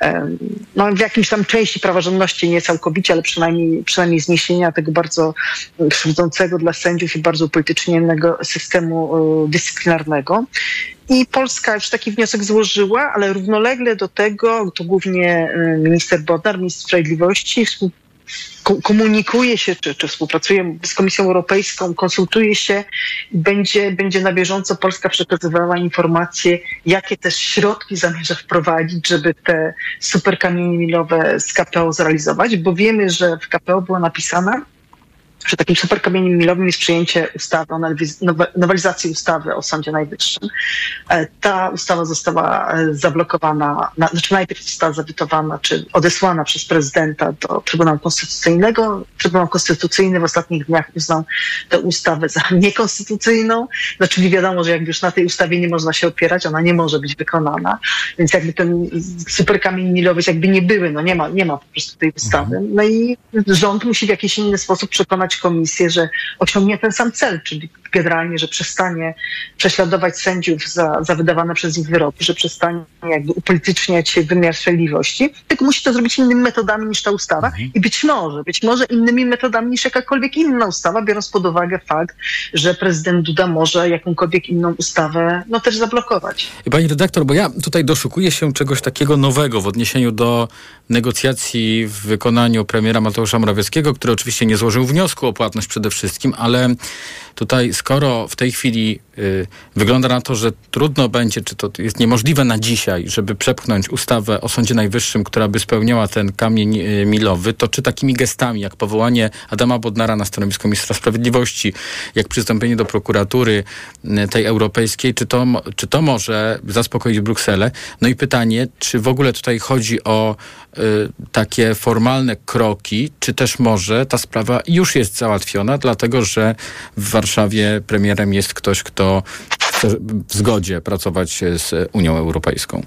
w jakimś tam części praworządności, nie całkowicie, ale przynajmniej zniesienia tego bardzo krzywdzącego dla sędziów i bardzo upolitycznionego systemu dyscyplinarnego. I Polska już taki wniosek złożyła, ale równolegle do tego, to głównie minister Bodnar, minister sprawiedliwości, komunikuje się, czy współpracuje z Komisją Europejską, konsultuje się i będzie na bieżąco Polska przekazywała informacje, jakie też środki zamierza wprowadzić, żeby te superkamienie milowe z KPO zrealizować, bo wiemy, że w KPO była napisana, że takim superkamieniem milowym jest przyjęcie ustawy o nowelizacji ustawy o Sądzie Najwyższym. Ta ustawa została zablokowana, najpierw została zawetowana, czy odesłana przez prezydenta do Trybunału Konstytucyjnego. Trybunał Konstytucyjny w ostatnich dniach uznał tę ustawę za niekonstytucyjną. Czyli wiadomo, że jakby już na tej ustawie nie można się opierać, ona nie może być wykonana. Więc jakby ten superkamień milowy jakby nie były, nie ma po prostu tej ustawy. No i rząd musi w jakiś inny sposób przekonać komisję, że osiągnie ten sam cel, czyli generalnie, że przestanie prześladować sędziów za wydawane przez nich wyroki, że przestanie jakby upolityczniać wymiar sprawiedliwości, tylko musi to zrobić innymi metodami niż ta ustawa i być może innymi metodami niż jakakolwiek inna ustawa, biorąc pod uwagę fakt, że prezydent Duda może jakąkolwiek inną ustawę też zablokować. Pani redaktor, bo ja tutaj doszukuję się czegoś takiego nowego w odniesieniu do negocjacji w wykonaniu premiera Mateusza Morawieckiego, który oczywiście nie złożył wniosku o płatność przede wszystkim, ale tutaj skoro w tej chwili wygląda na to, że trudno będzie, czy to jest niemożliwe na dzisiaj, żeby przepchnąć ustawę o Sądzie Najwyższym, która by spełniała ten kamień milowy, to czy takimi gestami, jak powołanie Adama Bodnara na stanowisko ministra sprawiedliwości, jak przystąpienie do prokuratury tej europejskiej, czy to może zaspokoić Brukselę? No i pytanie, czy w ogóle tutaj chodzi o takie formalne kroki, czy też może ta sprawa już jest załatwiona, dlatego że w Warszawie premierem jest ktoś, kto chce w zgodzie pracować z Unią Europejską?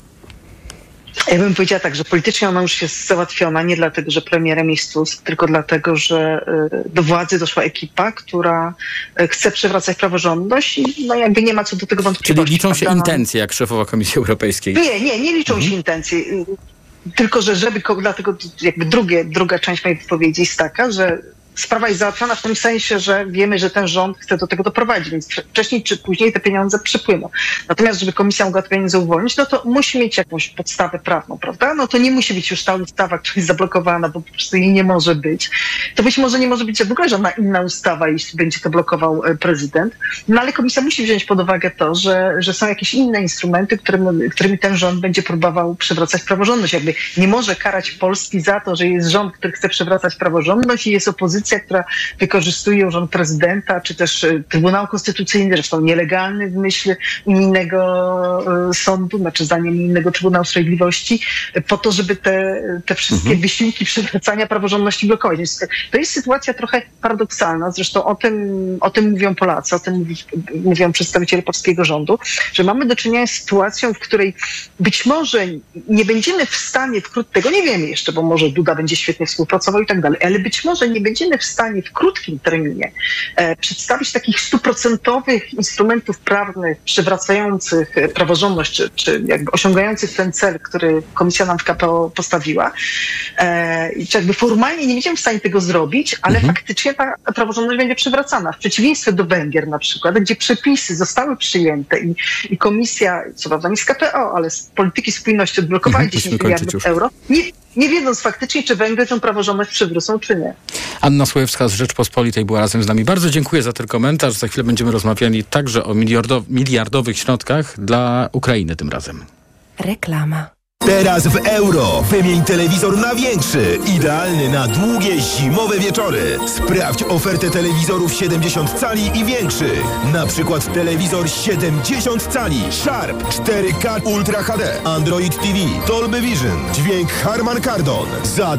Ja bym powiedziała tak, że politycznie ona już jest załatwiona, nie dlatego, że premierem jest Tusk, tylko dlatego, że do władzy doszła ekipa, która chce przywracać praworządność i jakby nie ma co do tego wątpliwości. Czyli liczą się intencje, jak szefowa Komisji Europejskiej? Nie liczą się intencje. Tylko, że dlatego jakby druga część mojej wypowiedzi jest taka, że sprawa jest załatwiona w tym sensie, że wiemy, że ten rząd chce do tego doprowadzić, więc wcześniej czy później te pieniądze przypłyną. Natomiast, żeby komisja mogła te pieniądze uwolnić, no to musi mieć jakąś podstawę prawną, prawda? No to nie musi być już ta ustawa, która jest zablokowana, bo po prostu jej nie może być. To być może nie może być w ogóle żadna inna ustawa, jeśli będzie to blokował prezydent. No ale komisja musi wziąć pod uwagę to, że są jakieś inne instrumenty, którymi ten rząd będzie próbował przywracać praworządność. Jakby nie może karać Polski za to, że jest rząd, który chce przywracać praworządność i jest opozycja, która wykorzystuje urząd prezydenta, czy też Trybunał Konstytucyjny, zresztą nielegalny w myśl unijnego sądu, znaczy zdaniem unijnego Trybunału Sprawiedliwości, po to, żeby te wszystkie wysiłki przywracania praworządności blokować. Więc to jest sytuacja trochę paradoksalna, zresztą o tym mówią Polacy, o tym mówią przedstawiciele polskiego rządu, że mamy do czynienia z sytuacją, w której być może nie będziemy w stanie tego nie wiemy jeszcze, bo może Duda będzie świetnie współpracował i tak dalej, ale być może nie będziemy w stanie w krótkim terminie przedstawić takich 100% instrumentów prawnych przywracających praworządność, czy jakby osiągających ten cel, który komisja nam w KPO postawiła. I czy jakby formalnie nie będziemy w stanie tego zrobić, ale faktycznie ta praworządność będzie przywracana. W przeciwieństwie do Węgier na przykład, gdzie przepisy zostały przyjęte i komisja, co prawda nie z KPO, ale z polityki spójności odblokowała 10 miliardów euro, nie wiedząc faktycznie, czy Węgry tę praworządność przywrócą, czy nie. Anna Słojewska z Rzeczpospolitej była razem z nami. Bardzo dziękuję za ten komentarz. Za chwilę będziemy rozmawiali także o miliardowych środkach dla Ukrainy tym razem. Reklama. Teraz w Euro wymień telewizor na większy, idealny na długie zimowe wieczory. Sprawdź ofertę telewizorów 70 cali i większych. Na przykład telewizor 70 cali Sharp 4K Ultra HD, Android TV, Dolby Vision, dźwięk Harman Kardon za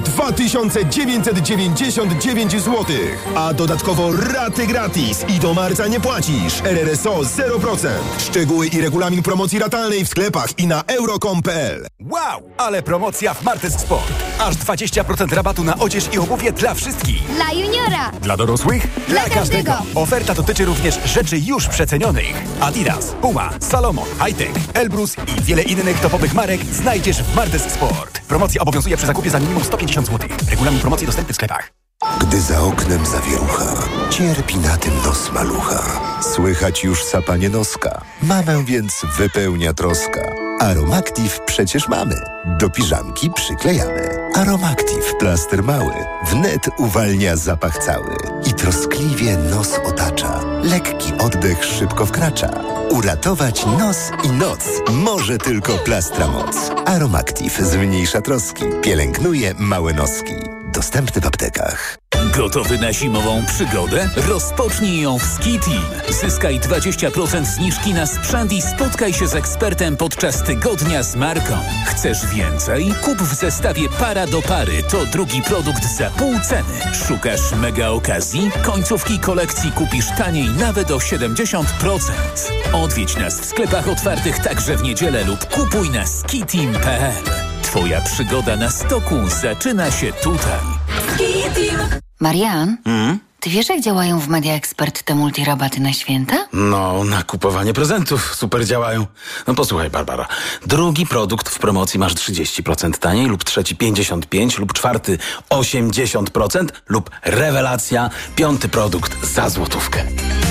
2999 zł. A dodatkowo raty gratis i do marca nie płacisz. RRSO 0%. Szczegóły i regulamin promocji ratalnej w sklepach i na euro.com.pl. Wow, ale promocja w Martes Sport. Aż 20% rabatu na odzież i obuwie dla wszystkich. Dla juniora. Dla dorosłych? Dla każdego. Oferta dotyczy również rzeczy już przecenionych. Adidas, Puma, Salomon, Hightech, Elbrus i wiele innych topowych marek znajdziesz w Martes Sport. Promocja obowiązuje przy zakupie za minimum 150 zł. Regulamin promocji dostępny w sklepach. Gdy za oknem zawierucha, cierpi na tym nos malucha. Słychać już sapanie noska. Mamę więc wypełnia troska. Aromactive przecież mamy. Do piżamki przyklejamy. Aromactive plaster mały. Wnet uwalnia zapach cały. I troskliwie nos otacza. Lekki oddech szybko wkracza. Uratować nos i noc może tylko plastra moc. Aromactive zmniejsza troski. Pielęgnuje małe noski. Dostępny w aptekach. Gotowy na zimową przygodę? Rozpocznij ją w Ski Team. Zyskaj 20% zniżki na sprzęt i spotkaj się z ekspertem podczas tygodnia z marką. Chcesz więcej? Kup w zestawie para do pary. To drugi produkt za pół ceny. Szukasz mega okazji? Końcówki kolekcji kupisz taniej nawet o 70%. Odwiedź nas w sklepach otwartych także w niedzielę lub kupuj na skiteam.pl. Twoja przygoda na stoku zaczyna się tutaj. Marian, ty wiesz, jak działają w Media Expert te multirabaty na święta? No, na kupowanie prezentów super działają. No posłuchaj, Barbara. Drugi produkt w promocji masz 30% taniej, lub trzeci 55%, lub czwarty 80%, lub rewelacja, piąty produkt za złotówkę.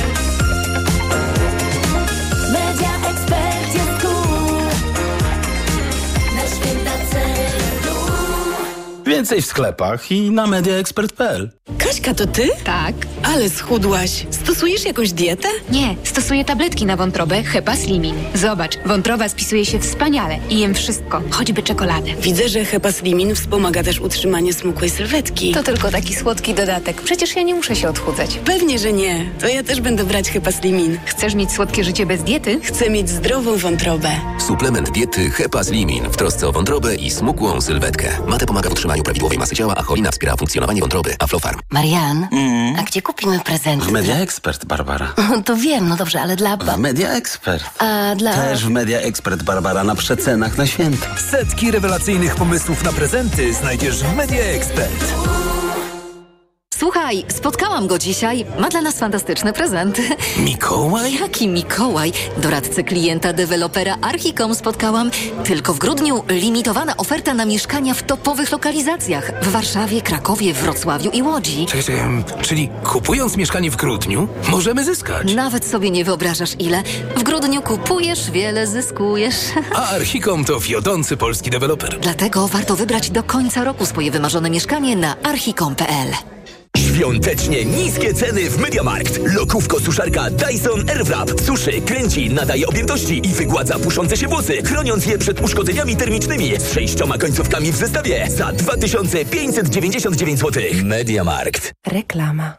Media Expert jest cool. Na święta ceny. Więcej w sklepach i na mediaexpert.pl. Kaśka, to ty? Tak. Ale schudłaś. Stosujesz jakąś dietę? Nie, stosuję tabletki na wątrobę Hepaslimin. Zobacz, wątroba spisuje się wspaniale i jem wszystko, choćby czekoladę. Widzę, że Hepaslimin wspomaga też utrzymanie smukłej sylwetki. To tylko taki słodki dodatek. Przecież ja nie muszę się odchudzać. Pewnie, że nie. To ja też będę brać Hepaslimin. Chcesz mieć słodkie życie bez diety? Chcę mieć zdrową wątrobę. Suplement diety Hepaslimin w trosce o wątrobę i smukłą sylwetkę. Mate pomaga w utrzymaniu prawidłowej masy ciała, a cholina wspiera funkcjonowanie wątroby. Aflofarm. Marian, a gdzie kupimy prezenty? W Media Expert, Barbara. To wiem, no dobrze, ale dla... W Media Expert. A dla... Też w Media Expert, Barbara, na przecenach na święta. Setki rewelacyjnych pomysłów na prezenty znajdziesz w Media Expert. Słuchaj, spotkałam go dzisiaj. Ma dla nas fantastyczne prezenty. Mikołaj? Jaki Mikołaj? Doradcę klienta dewelopera Archicom spotkałam. Tylko w grudniu limitowana oferta na mieszkania w topowych lokalizacjach. W Warszawie, Krakowie, Wrocławiu i Łodzi. Czyli kupując mieszkanie w grudniu, możemy zyskać. Nawet sobie nie wyobrażasz ile. W grudniu kupujesz, wiele zyskujesz. A Archicom to wiodący polski deweloper. Dlatego warto wybrać do końca roku swoje wymarzone mieszkanie na archicom.pl. Świątecznie niskie ceny w MediaMarkt. Lokówko-suszarka Dyson Airwrap suszy, kręci, nadaje objętości i wygładza puszące się włosy, chroniąc je przed uszkodzeniami termicznymi z 6 końcówkami w zestawie za 2599 zł. MediaMarkt. Reklama.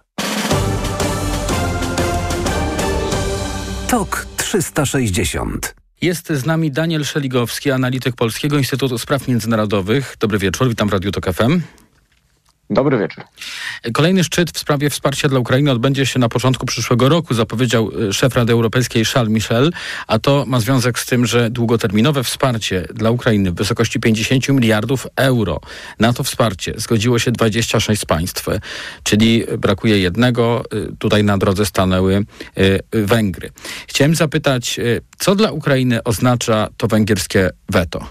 TOK 360. Jest z nami Daniel Szeligowski, analityk Polskiego Instytutu Spraw Międzynarodowych. Dobry wieczór, witam w Radiu TOK FM. Dobry wieczór. Kolejny szczyt w sprawie wsparcia dla Ukrainy odbędzie się na początku przyszłego roku, zapowiedział szef Rady Europejskiej Charles Michel, a to ma związek z tym, że długoterminowe wsparcie dla Ukrainy w wysokości 50 miliardów euro. Na to wsparcie zgodziło się 26 państw, czyli brakuje jednego. Tutaj na drodze stanęły Węgry. Chciałem zapytać, co dla Ukrainy oznacza to węgierskie weto?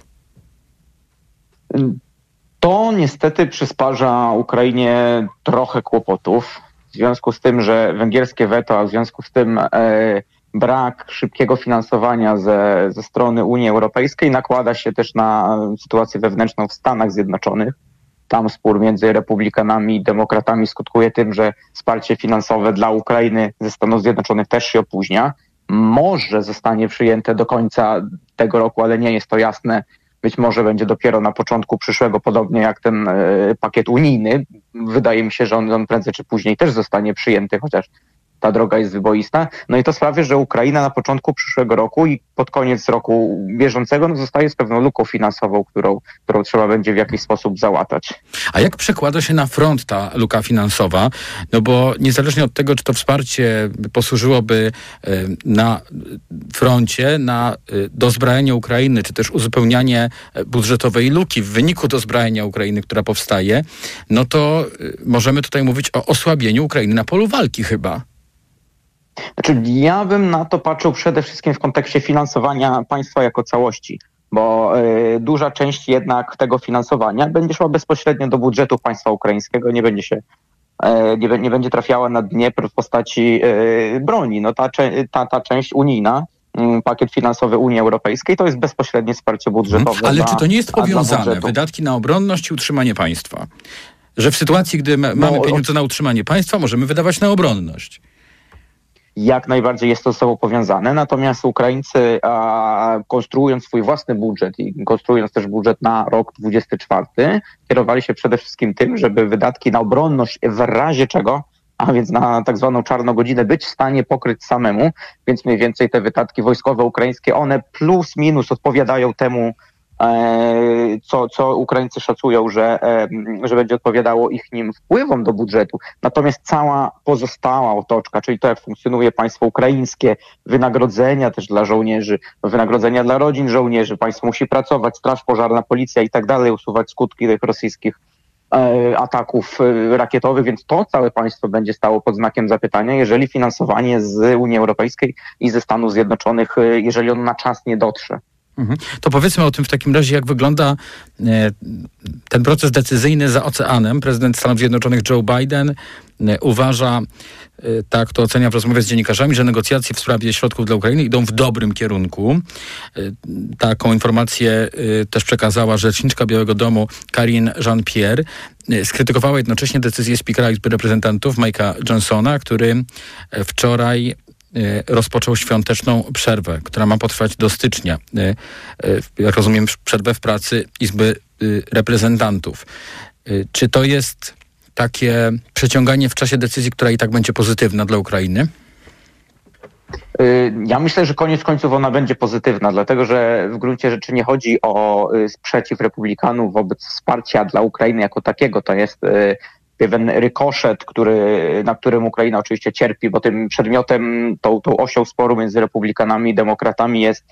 To niestety przysparza Ukrainie trochę kłopotów, w związku z tym, że węgierskie weto, a w związku z tym brak szybkiego finansowania ze strony Unii Europejskiej nakłada się też na sytuację wewnętrzną w Stanach Zjednoczonych. Tam spór między republikanami i demokratami skutkuje tym, że wsparcie finansowe dla Ukrainy ze Stanów Zjednoczonych też się opóźnia. Może zostanie przyjęte do końca tego roku, ale nie jest to jasne. Być może będzie dopiero na początku przyszłego, podobnie jak ten pakiet unijny. Wydaje mi się, że on prędzej czy później też zostanie przyjęty, chociaż ta droga jest wyboista. No i to sprawia, że Ukraina na początku przyszłego roku i pod koniec roku bieżącego zostaje z pewną luką finansową, którą trzeba będzie w jakiś sposób załatać. A jak przekłada się na front ta luka finansowa? No bo niezależnie od tego, czy to wsparcie posłużyłoby na froncie, na dozbrajanie Ukrainy, czy też uzupełnianie budżetowej luki w wyniku dozbrajania Ukrainy, która powstaje, no to możemy tutaj mówić o osłabieniu Ukrainy na polu walki chyba. Znaczy, ja bym na to patrzył przede wszystkim w kontekście finansowania państwa jako całości, bo duża część jednak tego finansowania będzie szła bezpośrednio do budżetu państwa ukraińskiego, nie będzie trafiała na Dniepr w postaci broni. No ta część unijna, pakiet finansowy Unii Europejskiej, to jest bezpośrednie wsparcie budżetowe. Ale czy to nie jest powiązane? Wydatki na obronność i utrzymanie państwa? Że w sytuacji, gdy mamy pieniądze na utrzymanie państwa, możemy wydawać na obronność. Jak najbardziej jest to ze sobą powiązane, natomiast Ukraińcy konstruując swój własny budżet i konstruując też budżet na rok 2024, kierowali się przede wszystkim tym, żeby wydatki na obronność w razie czego, a więc na tak zwaną czarną godzinę, być w stanie pokryć samemu, więc mniej więcej te wydatki wojskowe ukraińskie, one plus minus odpowiadają temu, co Ukraińcy szacują, że będzie odpowiadało ich wpływom do budżetu. Natomiast cała pozostała otoczka, czyli to, jak funkcjonuje państwo ukraińskie, wynagrodzenia też dla żołnierzy, wynagrodzenia dla rodzin żołnierzy, państwo musi pracować, straż pożarna, policja i tak dalej, usuwać skutki tych rosyjskich ataków rakietowych, więc to całe państwo będzie stało pod znakiem zapytania, jeżeli finansowanie z Unii Europejskiej i ze Stanów Zjednoczonych, jeżeli on na czas nie dotrze. To powiedzmy o tym w takim razie, jak wygląda ten proces decyzyjny za oceanem. Prezydent Stanów Zjednoczonych Joe Biden uważa, tak to ocenia w rozmowie z dziennikarzami, że negocjacje w sprawie środków dla Ukrainy idą w dobrym kierunku. Taką informację też przekazała rzeczniczka Białego Domu Karine Jean-Pierre. Skrytykowała jednocześnie decyzję spikera Izby Reprezentantów Mike'a Johnsona, który wczoraj rozpoczął świąteczną przerwę, która ma potrwać do stycznia. Jak rozumiem, przerwę w pracy Izby Reprezentantów. Czy to jest takie przeciąganie w czasie decyzji, która i tak będzie pozytywna dla Ukrainy? Ja myślę, że koniec końców ona będzie pozytywna, dlatego że w gruncie rzeczy nie chodzi o sprzeciw republikanów wobec wsparcia dla Ukrainy jako takiego. To jest pewien rykoszet, na którym Ukraina oczywiście cierpi, bo tym przedmiotem, tą osią sporu między republikanami i demokratami jest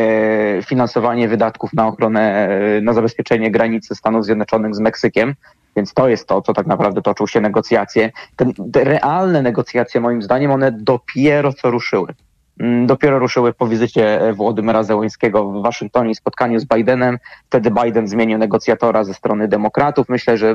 finansowanie wydatków na ochronę, na zabezpieczenie granicy Stanów Zjednoczonych z Meksykiem. Więc to jest to, co tak naprawdę toczą się negocjacje. Te realne negocjacje, moim zdaniem, one dopiero co ruszyły. Dopiero ruszyły po wizycie Wołodymyra Zełenskiego w Waszyngtonie i spotkaniu z Bidenem. Wtedy Biden zmienił negocjatora ze strony demokratów. Myślę, że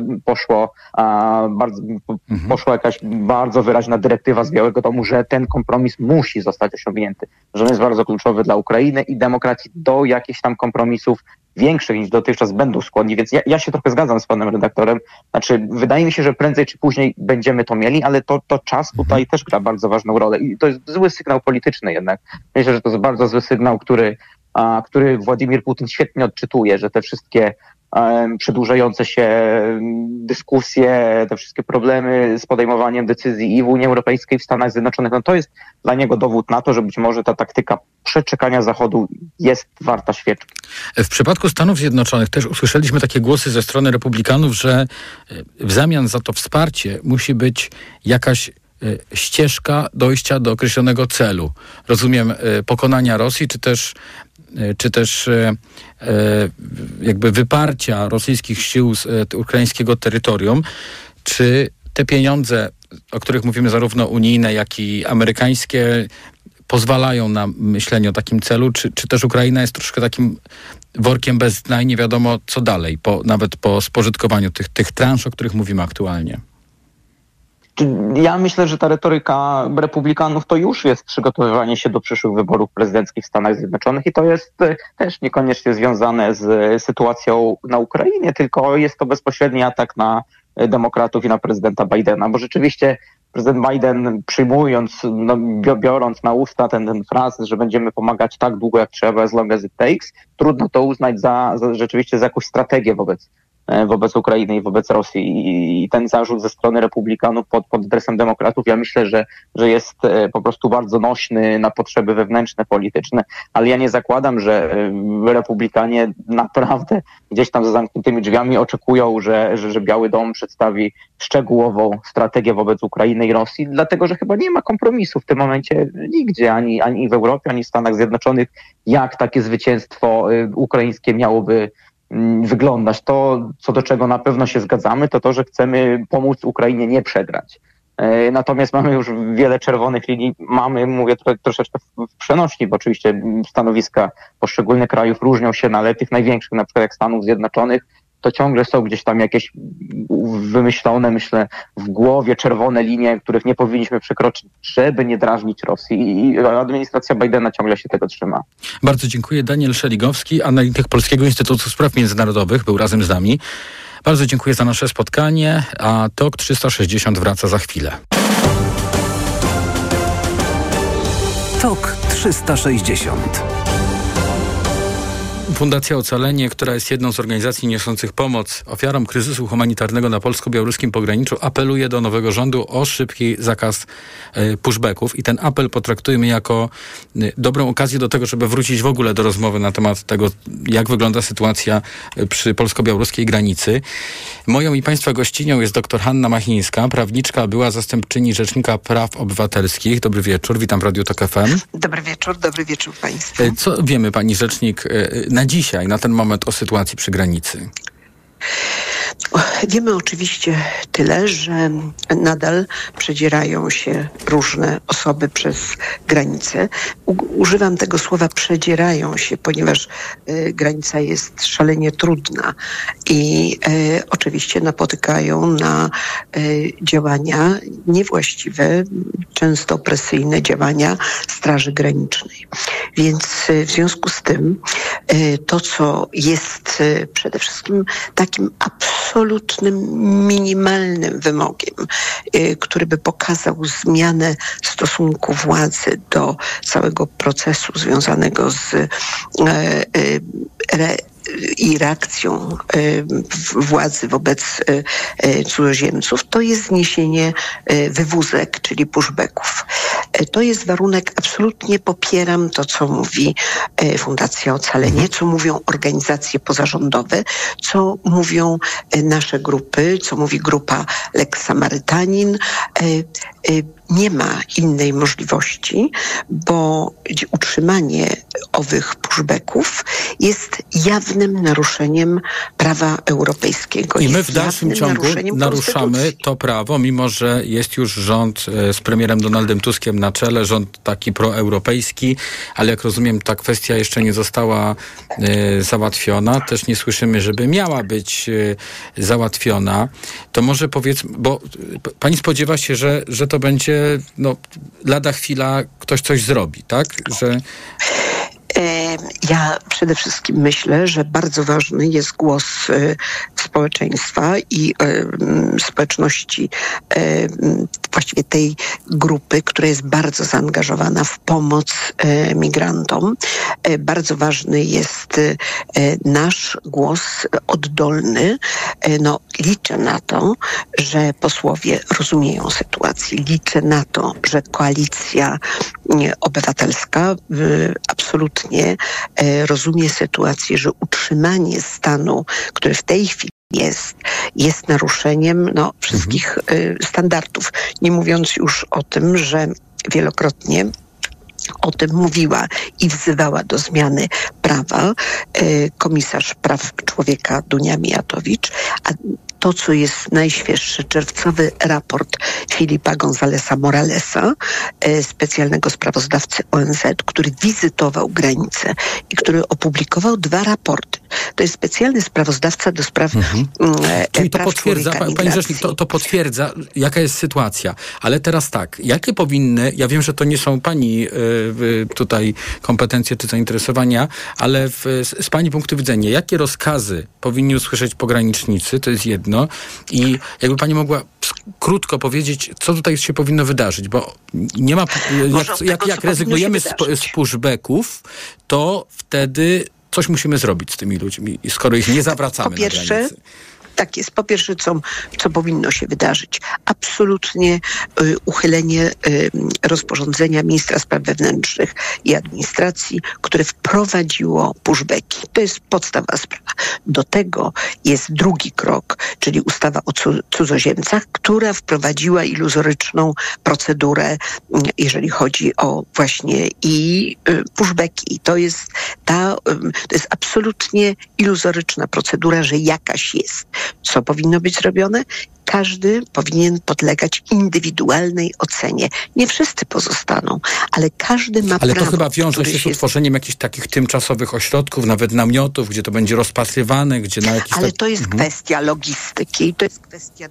poszła jakaś bardzo wyraźna dyrektywa z Białego Domu, że ten kompromis musi zostać osiągnięty, że on jest bardzo kluczowy dla Ukrainy i demokraci do jakichś tam kompromisów większych niż dotychczas będą skłonni, więc ja się trochę zgadzam z panem redaktorem. Znaczy, wydaje mi się, że prędzej czy później będziemy to mieli, ale to czas tutaj też gra bardzo ważną rolę i to jest zły sygnał polityczny jednak. Myślę, że to jest bardzo zły sygnał, który Władimir Putin świetnie odczytuje, że te wszystkie przedłużające się dyskusje, te wszystkie problemy z podejmowaniem decyzji i w Unii Europejskiej, i w Stanach Zjednoczonych, no to jest dla niego dowód na to, że być może ta taktyka przeczekania Zachodu jest warta świeczki. W przypadku Stanów Zjednoczonych też usłyszeliśmy takie głosy ze strony republikanów, że w zamian za to wsparcie musi być jakaś ścieżka dojścia do określonego celu. Rozumiem, pokonania Rosji, czy też jakby wyparcia rosyjskich sił z ukraińskiego terytorium. Czy te pieniądze, o których mówimy, zarówno unijne, jak i amerykańskie, pozwalają na myślenie o takim celu, czy też Ukraina jest troszkę takim workiem bez dna i nie wiadomo co dalej, nawet po spożytkowaniu tych transz, o których mówimy aktualnie? Ja myślę, że ta retoryka republikanów to już jest przygotowywanie się do przyszłych wyborów prezydenckich w Stanach Zjednoczonych i to jest też niekoniecznie związane z sytuacją na Ukrainie, tylko jest to bezpośredni atak na demokratów i na prezydenta Bidena, bo rzeczywiście prezydent Biden przyjmując, biorąc na usta ten fraz, że będziemy pomagać tak długo jak trzeba, as long as it takes, trudno to uznać za rzeczywiście za jakąś strategię wobec Ukrainy i wobec Rosji i ten zarzut ze strony republikanów pod adresem demokratów, ja myślę, że jest po prostu bardzo nośny na potrzeby wewnętrzne, polityczne, ale ja nie zakładam, że republikanie naprawdę gdzieś tam za zamkniętymi drzwiami oczekują, że Biały Dom przedstawi szczegółową strategię wobec Ukrainy i Rosji, dlatego że chyba nie ma kompromisu w tym momencie nigdzie, ani w Europie, ani w Stanach Zjednoczonych, jak takie zwycięstwo ukraińskie miałoby wyglądać. To, co do czego na pewno się zgadzamy, to, że chcemy pomóc Ukrainie nie przegrać. Natomiast mamy już wiele czerwonych linii. Mówię troszeczkę w przenośni, bo oczywiście stanowiska poszczególnych krajów różnią się, ale tych największych, na przykład jak Stanów Zjednoczonych, to ciągle są gdzieś tam jakieś wymyślone, myślę, w głowie czerwone linie, których nie powinniśmy przekroczyć, żeby nie drażnić Rosji. I administracja Bidena ciągle się tego trzyma. Bardzo dziękuję. Daniel Szeligowski, analityk Polskiego Instytutu Spraw Międzynarodowych, był razem z nami. Bardzo dziękuję za nasze spotkanie, a TOK 360 wraca za chwilę. TOK 360. Fundacja Ocalenie, która jest jedną z organizacji niosących pomoc ofiarom kryzysu humanitarnego na polsko-białoruskim pograniczu, apeluje do nowego rządu o szybki zakaz pushbacków i ten apel potraktujemy jako dobrą okazję do tego, żeby wrócić w ogóle do rozmowy na temat tego, jak wygląda sytuacja przy polsko-białoruskiej granicy. Moją i Państwa gościnią jest dr Hanna Machińska, prawniczka, była zastępczyni Rzecznika Praw Obywatelskich. Dobry wieczór, witam w Radiu TOK FM. Dobry wieczór Państwu. Co wiemy, Pani Rzecznik, na dzisiaj, na ten moment o sytuacji przy granicy? Wiemy oczywiście tyle, że nadal przedzierają się różne osoby przez granicę. Używam tego słowa przedzierają się, ponieważ granica jest szalenie trudna i oczywiście napotykają na działania niewłaściwe, często opresyjne działania Straży Granicznej. Więc w związku z tym to, co jest przede wszystkim takim absolutnym, minimalnym wymogiem, który by pokazał zmianę stosunku władzy do całego procesu związanego z i reakcją władzy wobec cudzoziemców, to jest zniesienie wywózek, czyli pushbacków. To jest warunek, absolutnie popieram to, co mówi Fundacja Ocalenie, co mówią organizacje pozarządowe, co mówią nasze grupy, co mówi grupa Lex Samarytanin. nie ma innej możliwości, bo utrzymanie owych pushbacków jest jawnym naruszeniem prawa europejskiego. I my w dalszym ciągu naruszamy to prawo, mimo że jest już rząd z premierem Donaldem Tuskiem na czele, rząd taki proeuropejski, ale jak rozumiem, ta kwestia jeszcze nie została załatwiona. Też nie słyszymy, żeby miała być załatwiona. To może powiedzmy, bo pani spodziewa się, że to będzie, lada chwila ktoś coś zrobi, tak? Ja przede wszystkim myślę, że bardzo ważny jest głos społeczeństwa i społeczności, właściwie tej grupy, która jest bardzo zaangażowana w pomoc migrantom. Bardzo ważny jest nasz głos oddolny. Liczę na to, że posłowie rozumieją sytuację. Liczę na to, że Koalicja Obywatelska absolutnie rozumie sytuację, że utrzymanie stanu, który w tej chwili jest naruszeniem wszystkich standardów. Nie mówiąc już o tym, że wielokrotnie o tym mówiła i wzywała do zmiany prawa komisarz praw człowieka Dunia Mijatowicz, a to, co jest najświeższy, czerwcowy raport Filipa Gonzáleza Moralesa, specjalnego sprawozdawcy ONZ, który wizytował granicę i który opublikował 2 raporty. To jest specjalny sprawozdawca do spraw Czyli to potwierdza, pani rzecznik, to potwierdza, jaka jest sytuacja. Ale teraz tak, jakie powinny, ja wiem, że to nie są pani tutaj kompetencje czy zainteresowania, ale z pani punktu widzenia, jakie rozkazy powinni usłyszeć pogranicznicy, to jest jedno. I jakby pani mogła krótko powiedzieć, co tutaj się powinno wydarzyć, bo nie ma, jak rezygnujemy z pushbacków, to wtedy coś musimy zrobić z tymi ludźmi, skoro ich nie zawracamy na granicy. Tak jest. Po pierwsze, co powinno się wydarzyć? Absolutnie uchylenie rozporządzenia ministra spraw wewnętrznych i administracji, które wprowadziło pushbacki. To jest podstawowa sprawa. Do tego jest drugi krok, czyli ustawa o cudzoziemcach, która wprowadziła iluzoryczną procedurę, jeżeli chodzi o właśnie i pushbacki. To jest absolutnie iluzoryczna procedura, że jakaś jest. Co powinno być zrobione? Każdy powinien podlegać indywidualnej ocenie. Nie wszyscy pozostaną, ale każdy ma prawo. Ale to chyba wiąże się z utworzeniem jakichś takich tymczasowych ośrodków, nawet namiotów, gdzie to będzie rozpatrywane, gdzie na jakiś... Ale to jest kwestia logistyki, to jest kwestia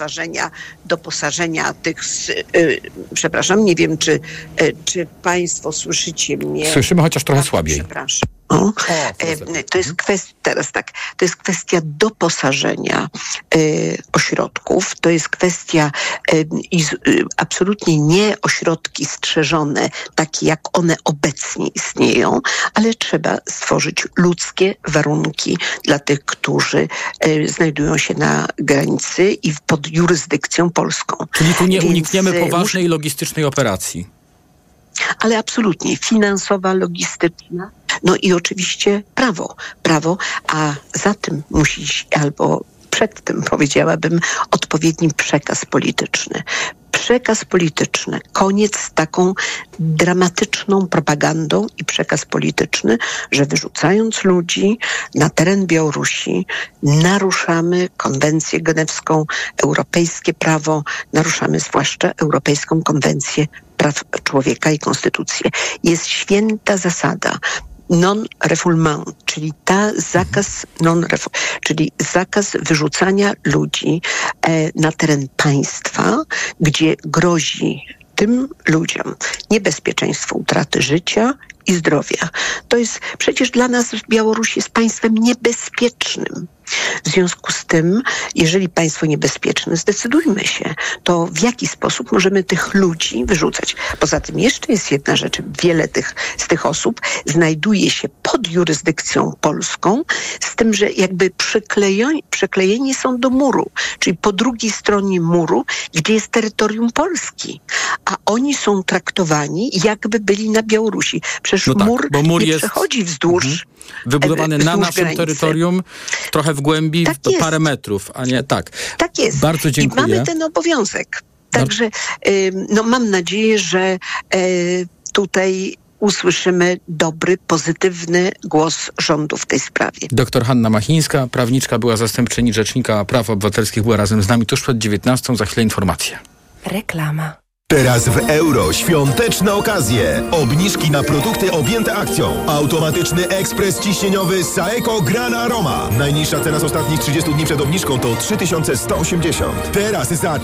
doposażenia tych... przepraszam, nie wiem, czy państwo słyszycie mnie. Słyszymy, chociaż trochę słabiej. Przepraszam. To jest kwestia doposażenia ośrodków, to jest kwestia absolutnie nie ośrodki strzeżone, takie jak one obecnie istnieją, ale trzeba stworzyć ludzkie warunki dla tych, którzy znajdują się na granicy i pod jurysdykcją polską. Czyli tu nie unikniemy poważnej logistycznej operacji. Ale absolutnie finansowa, logistyczna, i oczywiście prawo, a za tym musi iść, albo przed tym powiedziałabym, odpowiedni przekaz polityczny. Przekaz polityczny, koniec z taką dramatyczną propagandą i przekaz polityczny, że wyrzucając ludzi na teren Białorusi naruszamy konwencję genewską, europejskie prawo, naruszamy zwłaszcza Europejską konwencję praw człowieka i konstytucję. Jest święta zasada non-refoulement, czyli zakaz wyrzucania ludzi na teren państwa, gdzie grozi tym ludziom niebezpieczeństwo utraty życia i zdrowia. To jest przecież dla nas Białoruś jest państwem niebezpiecznym. W związku z tym, jeżeli państwo niebezpieczne, zdecydujmy się, to w jaki sposób możemy tych ludzi wyrzucać. Poza tym jeszcze jest jedna rzecz. Wiele z tych osób znajduje się pod jurysdykcją polską, z tym, że jakby przyklejeni są do muru, czyli po drugiej stronie muru, gdzie jest terytorium Polski, a oni są traktowani, jakby byli na Białorusi. Przecież mur nie przechodzi wzdłuż wybudowany na naszym granicy. Terytorium, trochę w głębi, parę metrów, a nie tak. Tak jest. Bardzo dziękuję. I mamy ten obowiązek. Także mam nadzieję, że tutaj usłyszymy dobry, pozytywny głos rządu w tej sprawie. Doktor Hanna Machińska, prawniczka, była zastępczyni Rzecznika Praw Obywatelskich, była razem z nami tuż przed 19:00. Za chwilę informacje. Reklama. Teraz w Euro świąteczne okazje. Obniżki na produkty objęte akcją. Automatyczny ekspres ciśnieniowy Saeco Gran Aroma. Najniższa cena z ostatnich 30 dni przed obniżką to 3180. Teraz za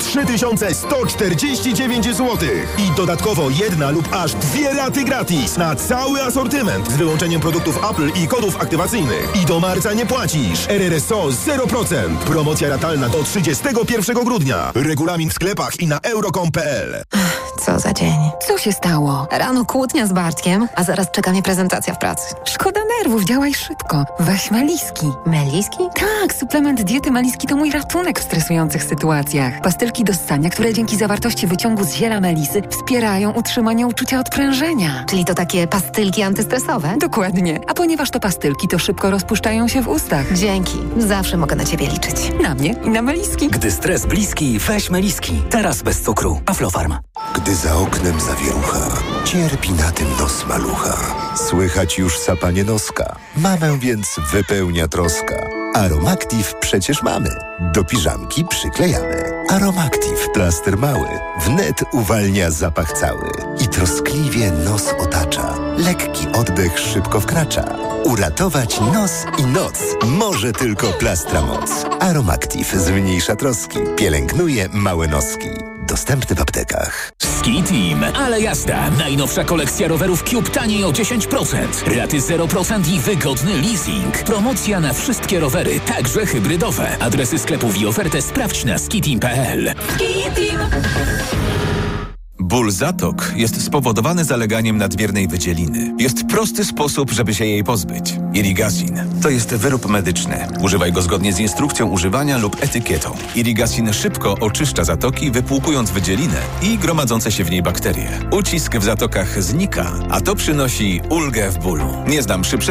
3149 zł. I dodatkowo 1 lub aż 2 raty gratis na cały asortyment z wyłączeniem produktów Apple i kodów aktywacyjnych. I do marca nie płacisz. RRSO 0%. Promocja ratalna do 31 grudnia. Regulamin w sklepach i na euro.com.pl. Co za dzień. Co się stało? Rano kłótnia z Bartkiem, a zaraz czeka mnie prezentacja w pracy. Szkoda nerwów, działaj szybko. Weź Meliski. Meliski? Tak, suplement diety Meliski to mój ratunek w stresujących sytuacjach. Pastylki do ssania, które dzięki zawartości wyciągu z ziela melisy wspierają utrzymanie uczucia odprężenia. Czyli to takie pastylki antystresowe? Dokładnie. A ponieważ to pastylki, to szybko rozpuszczają się w ustach. Dzięki. Zawsze mogę na ciebie liczyć. Na mnie i na Meliski. Gdy stres bliski, weź Meliski. Teraz bez cukru. Aflofarm. Gdy za oknem zawierucha, cierpi na tym nos malucha. Słychać już sapanie noska. Mamę więc wypełnia troska. Aromactive przecież mamy. Do piżamki przyklejamy. Aromactive, plaster mały, wnet uwalnia zapach cały. I troskliwie nos otacza. Lekki oddech szybko wkracza. Uratować nos i noc może tylko plastra moc. Aromactive zmniejsza troski, pielęgnuje małe noski. Dostępny w aptekach. Ski Team. Ale jazda. Najnowsza kolekcja rowerów Cube taniej o 10%. Raty 0% i wygodny leasing. Promocja na wszystkie rowery, także hybrydowe. Adresy sklepów i ofertę sprawdź na skiteam.pl. Ski Team. Ból zatok jest spowodowany zaleganiem nadmiernej wydzieliny. Jest prosty sposób, żeby się jej pozbyć. Irrigasin. To jest wyrób medyczny. Używaj go zgodnie z instrukcją używania lub etykietą. Irrigasin szybko oczyszcza zatoki, wypłukując wydzielinę i gromadzące się w niej bakterie. Ucisk w zatokach znika, a to przynosi ulgę w bólu. Nie znam szybszego